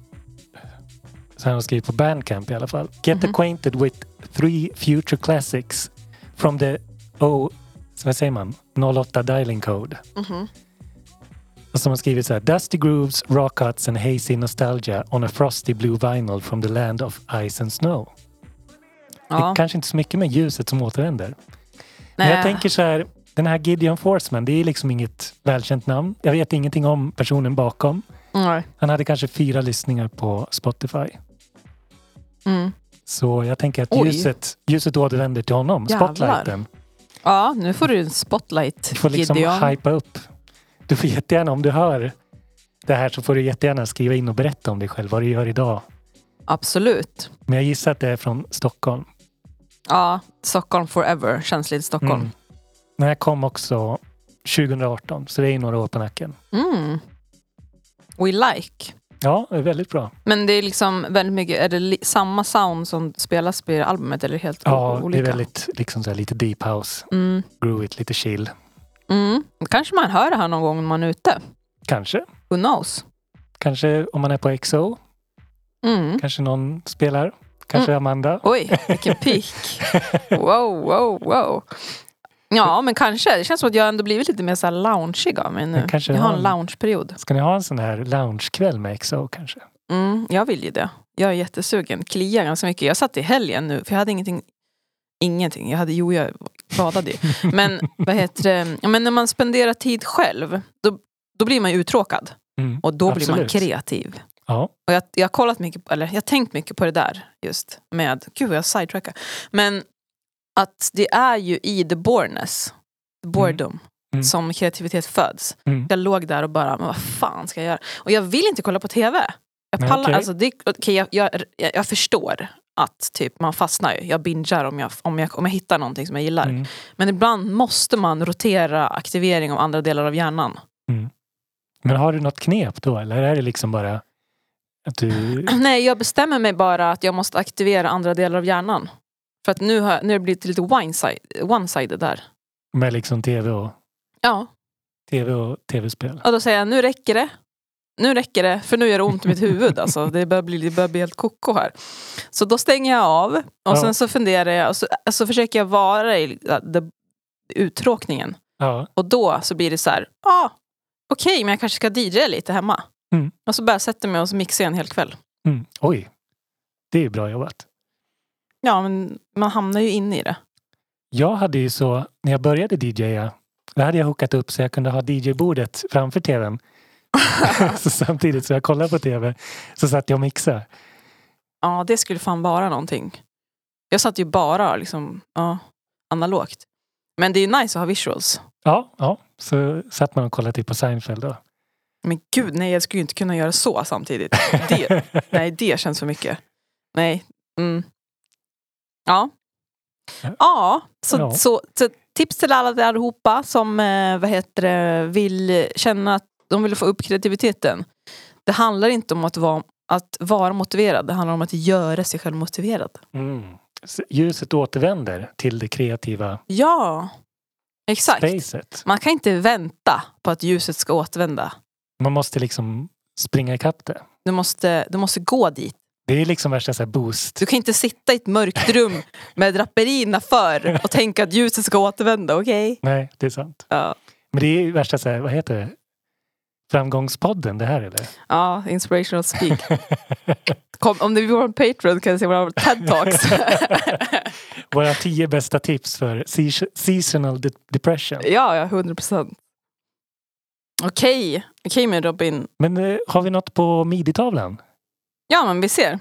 så här har de skrivit på Bandcamp i alla fall. Get Mhm. acquainted with three future classics from the O, vad säger man? noll åtta dialing code. Mhm. Och som har skrivit så här: Dusty grooves, raw cuts and hazy nostalgia on a frosty blue vinyl from the land of ice and snow. Det Ja. är kanske inte så mycket med ljuset som återvänder. Men Nej. jag tänker så här, den här Gideon Forsman, det är liksom inget välkänt namn. Jag vet ingenting om personen bakom. Nej. Han hade kanske fyra lyssningar på Spotify. Mm. Så jag tänker att Oj. ljuset, ljuset återvänder till honom. Jävlar. Spotlighten. Ja, nu får du en spotlight. Du får liksom Gideon. hypa upp. Du får jättegärna, om du hör det här så får du jättegärna skriva in och berätta om dig själv. Vad du gör idag. Absolut. Men jag gissar att det är från Stockholm. Ja, Stockholm Forever. Känns lite Stockholm. Mm. Men jag kom också tjugo arton. Så det är ju några år på nacken. Mm. We like. Ja, det är väldigt bra. Men det är liksom väldigt mycket, är det li- samma sound som spelas på albumet eller helt Ja, o- olika? det är väldigt liksom så här, lite deep house. Mm. Groovigt, lite chill. Mm. Kanske man hör det här någon gång när man är ute. Kanske. Who knows? Kanske om man är på X O. Mm. Kanske någon spelar. Kanske Mm. Amanda. Oj, vilken peak. Wow, wow, wow. Ja, men kanske. Det känns som att jag ändå blivit lite mer så här loungeig av mig nu. Men kanske Jag har har en en- loungeperiod. Ska ni ha en sån här loungekväll med X O kanske? Mm, jag vill ju det. Jag är jättesugen. Kliar ganska mycket. Jag satt i helgen nu, för jag hade ingenting. Ingenting. Jag hade, jo, jag badade ju. Men vad heter det? Ja, men när man spenderar tid själv, då, då blir man ju uttråkad. Mm. Och då blir man Absolut. kreativ. Ja. Och jag, jag har kollat mycket, på- eller jag har tänkt mycket på det där just med, gud vad jag sidetrackar. Men att det är ju i the boredness, the boredom, Mm. som kreativitet föds. Mm. Jag låg där och bara, men vad fan ska jag göra? Och jag vill inte kolla på tv. Jag Nej, pallar, okej. alltså det, okay, jag, jag, jag, jag förstår att typ man fastnar ju. Jag bingar om jag, om jag, om jag hittar någonting som jag gillar. Mm. Men ibland måste man rotera aktivering av andra delar av hjärnan. Mm. Men har du något knep då? Eller är det liksom bara att du... Nej, jag bestämmer mig bara att jag måste aktivera andra delar av hjärnan. För att nu har, nu har det blivit lite one-sided, one-sided där. med liksom tv och, Ja, tv och tv-spel? och då säger jag, nu räcker det. Nu räcker det, för nu gör det ont i mitt huvud. Alltså, det börjar bli, det börjar bli helt koko här. Så då stänger jag av. Och Ja. sen så funderar jag. Och så, så försöker jag vara i uh, the, uttråkningen. Ja. Och då så blir det så här. Ah, okej, okay, men jag kanske ska D J lite hemma. Mm. Och så bara jag sätter mig och så mixar jag en hel kväll. Mm. Oj, det är bra jobbat. Ja, men man hamnar ju inne i det. Jag hade ju så, när jag började D J:a, då hade jag hookat upp så jag kunde ha D J-bordet framför tvn. Så samtidigt så jag kollade på tv så satt jag och mixade. Ja, det skulle fan vara någonting. Jag satt ju bara liksom, ja, analogt. Men det är ju nice att ha visuals. Ja, ja, så satt man och kollade typ på Seinfeld då. Men gud, nej, jag skulle ju inte kunna göra så samtidigt. Det, nej, det känns för mycket. Nej. Mm. Ja. Ja, så, Ja. Så, så tips till alla där allihopa som eh, vad heter det, vill känna att de vill få upp kreativiteten. Det handlar inte om att vara, att vara motiverad. Det handlar om att göra sig själv motiverad. Mm. Så ljuset återvänder till det kreativa Ja, exakt. spacet. Man kan inte vänta på att ljuset ska återvända. Man måste liksom springa ikapp det. Du måste, du måste gå dit. Det är liksom värsta så här boost. Du kan inte sitta i ett mörkt rum med draperierna för och tänka att ljuset ska återvända, okej? Okay? Nej, det är sant. Ja. Men det är ju värsta så här, vad heter det? Framgångspodden det här eller? Ja, inspirational speak. Kom, om det blir vår Patreon kan jag se våra TED-talks. Våra tio bästa tips för se- seasonal de- depression. Ja, ja, hundra procent. Okej, okej med Robin. Men eh, har vi något på midi-tavlan? Ja, men vi ser.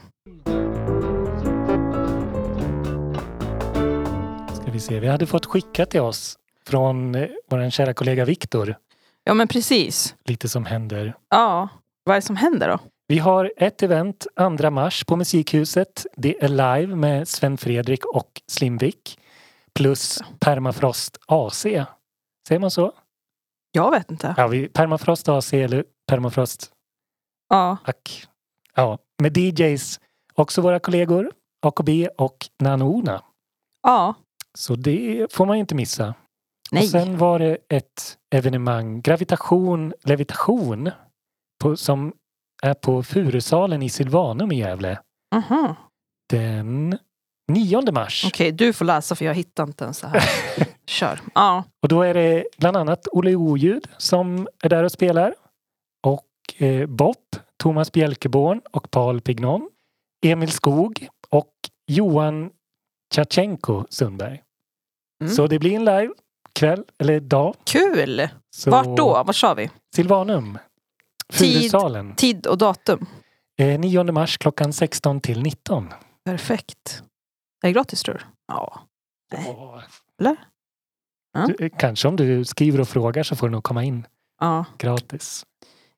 Ska vi se. Vi hade fått skicka till oss från eh, vår kära kollega Viktor. Ja, men precis. Lite som händer. Ja, vad är det som händer då? Vi har ett event andra mars på Musikhuset. Det är live med Sven Fredrik och Slimvik plus permafrost A C. Säger man så? Jag vet inte. Ja, vi, permafrost A C eller permafrost Ja. Ack. Ja, med D Js också våra kollegor A K B och Nanona. Ja. Så det får man ju inte missa. Nej. Och sen var det ett evenemang, gravitation, levitation, på, som är på Furusalen i Silvanum i Gävle. Mhm. Den nionde mars. Okej, du får läsa för jag hittar inte ens så här. Kör. Ja. Och då är det bland annat Olle Oljud som är där och spelar. Och eh, Bob, Thomas Bjälkeborn och Paul Pignon. Emil Skog och Johan Tjachenko Sundberg. Mm. Så det blir en live kväll eller dag. Kul! Så Vart då? Vart sa vi? Silvanum. Tid. Furusalen. Tid och datum. Eh, nionde mars klockan sexton till nitton. Perfekt. Är det gratis tror du? Ja. Nej. Åh. Eller? Ja. Du, eh, kanske om du skriver och frågar så får du nog komma in Ja. gratis.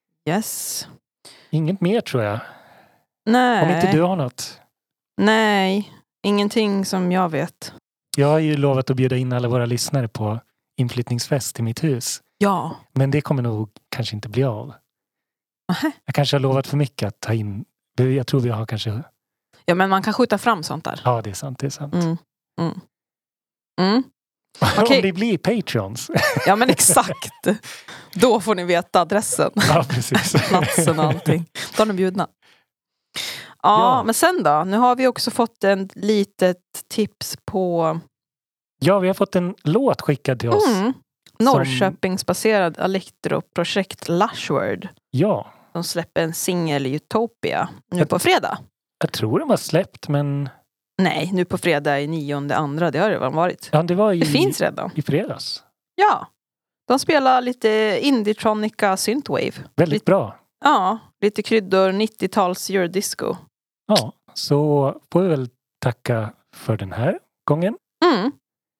Yes. Inget mer tror jag. Nej. Om inte du har något. Nej. Ingenting som jag vet. Jag har ju lovat att bjuda in alla våra lyssnare på inflyttningsfest i mitt hus. Ja. Men det kommer nog kanske inte bli av. Aha. Jag kanske har lovat för mycket att ta in. Jag tror vi har kanske... Ja, men man kan skjuta fram sånt där. Ja, det är sant. Det är sant. Mm. Mm. Mm. Om Okej. det blir Patreons. Ja, men exakt. Då får ni veta adressen. Ja, precis. Platsen och allting. Då är ni bjudna. Ja, Ja. men sen då? Nu har vi också fått en litet tips på Ja, vi har fått en låt skickad till oss. mm, Norrköpingsbaserad elektroprojekt Lushword. Ja, De släpper en singel Utopia nu på fredag. jag tror den var släppt, men Nej, nu på fredag i nionde andra. Det har det väl varit. ja, det var i, Det finns redan. i fredags. Ja. De spelar lite indie-tronica synthwave. Väldigt Lite- bra. Ja, lite kryddor, nittio-tals eurodisco. Ja, så får vi väl tacka för den här gången. Mm.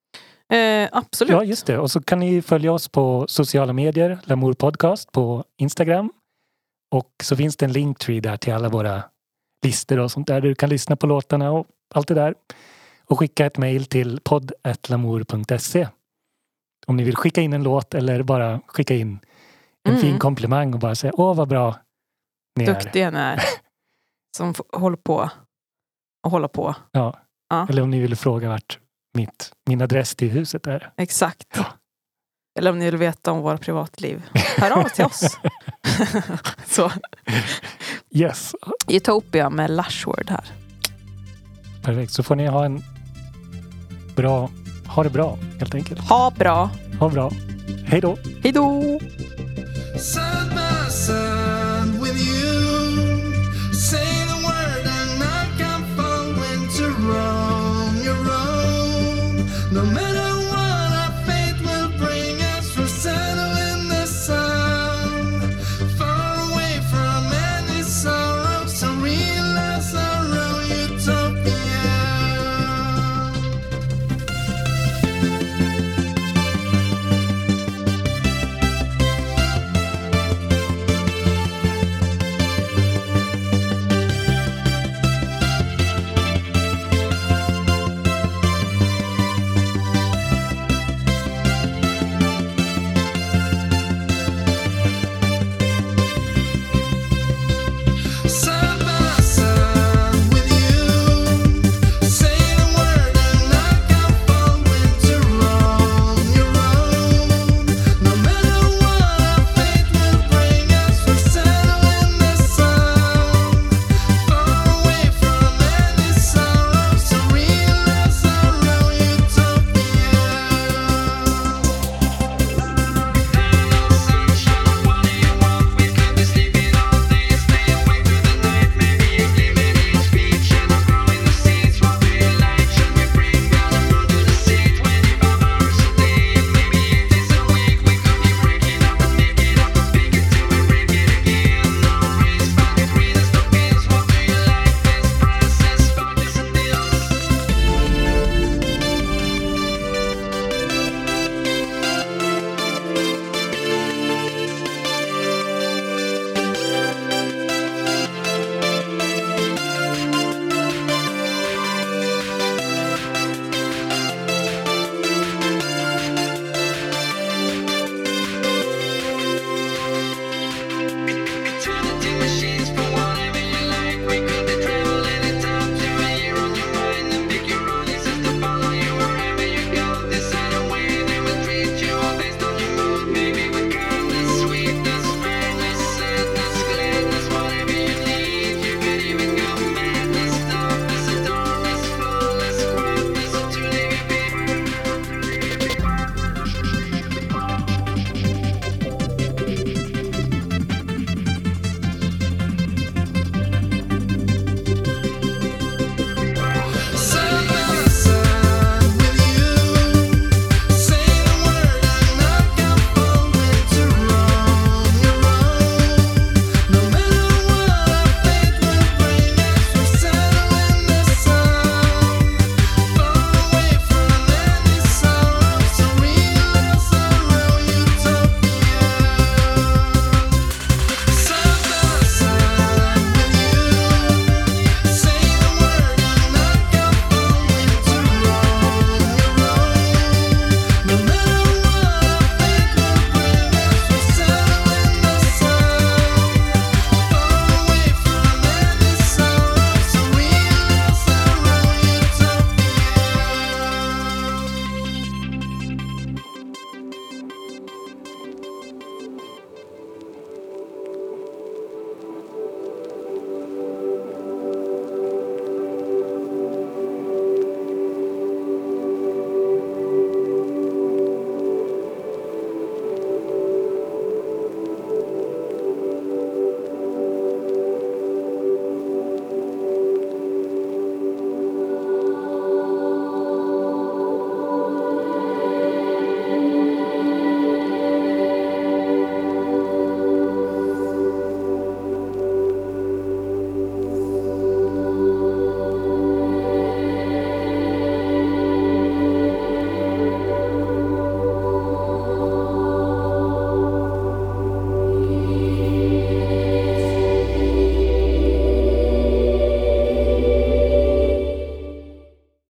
Eh, absolut. Ja, just det. Och så kan ni följa oss på sociala medier, Lamour Podcast på Instagram. Och så finns det en linktree där till alla våra listor och sånt där. Där du kan lyssna på låtarna och allt det där. Och skicka ett mejl till podd at lamour punkt se. Om ni vill skicka in en låt eller bara skicka in en Mm. fin komplimang och bara säga åh vad bra ni är. Duktiga ni är. Som f- håller på och håller på. Ja. Ja. Eller om ni vill fråga vart mitt, min adress till huset är. Exakt. Ja. Eller om ni vill veta om våra privatliv. Hör av till oss. Så. Yes, Utopia med Lushword här. perfekt. Så får ni ha en bra, ha det bra helt enkelt. Ha bra. Ha det bra. Hej då! Hej då! Side by side with you. Say the word and I can fall into wrong. You're wrong. No matter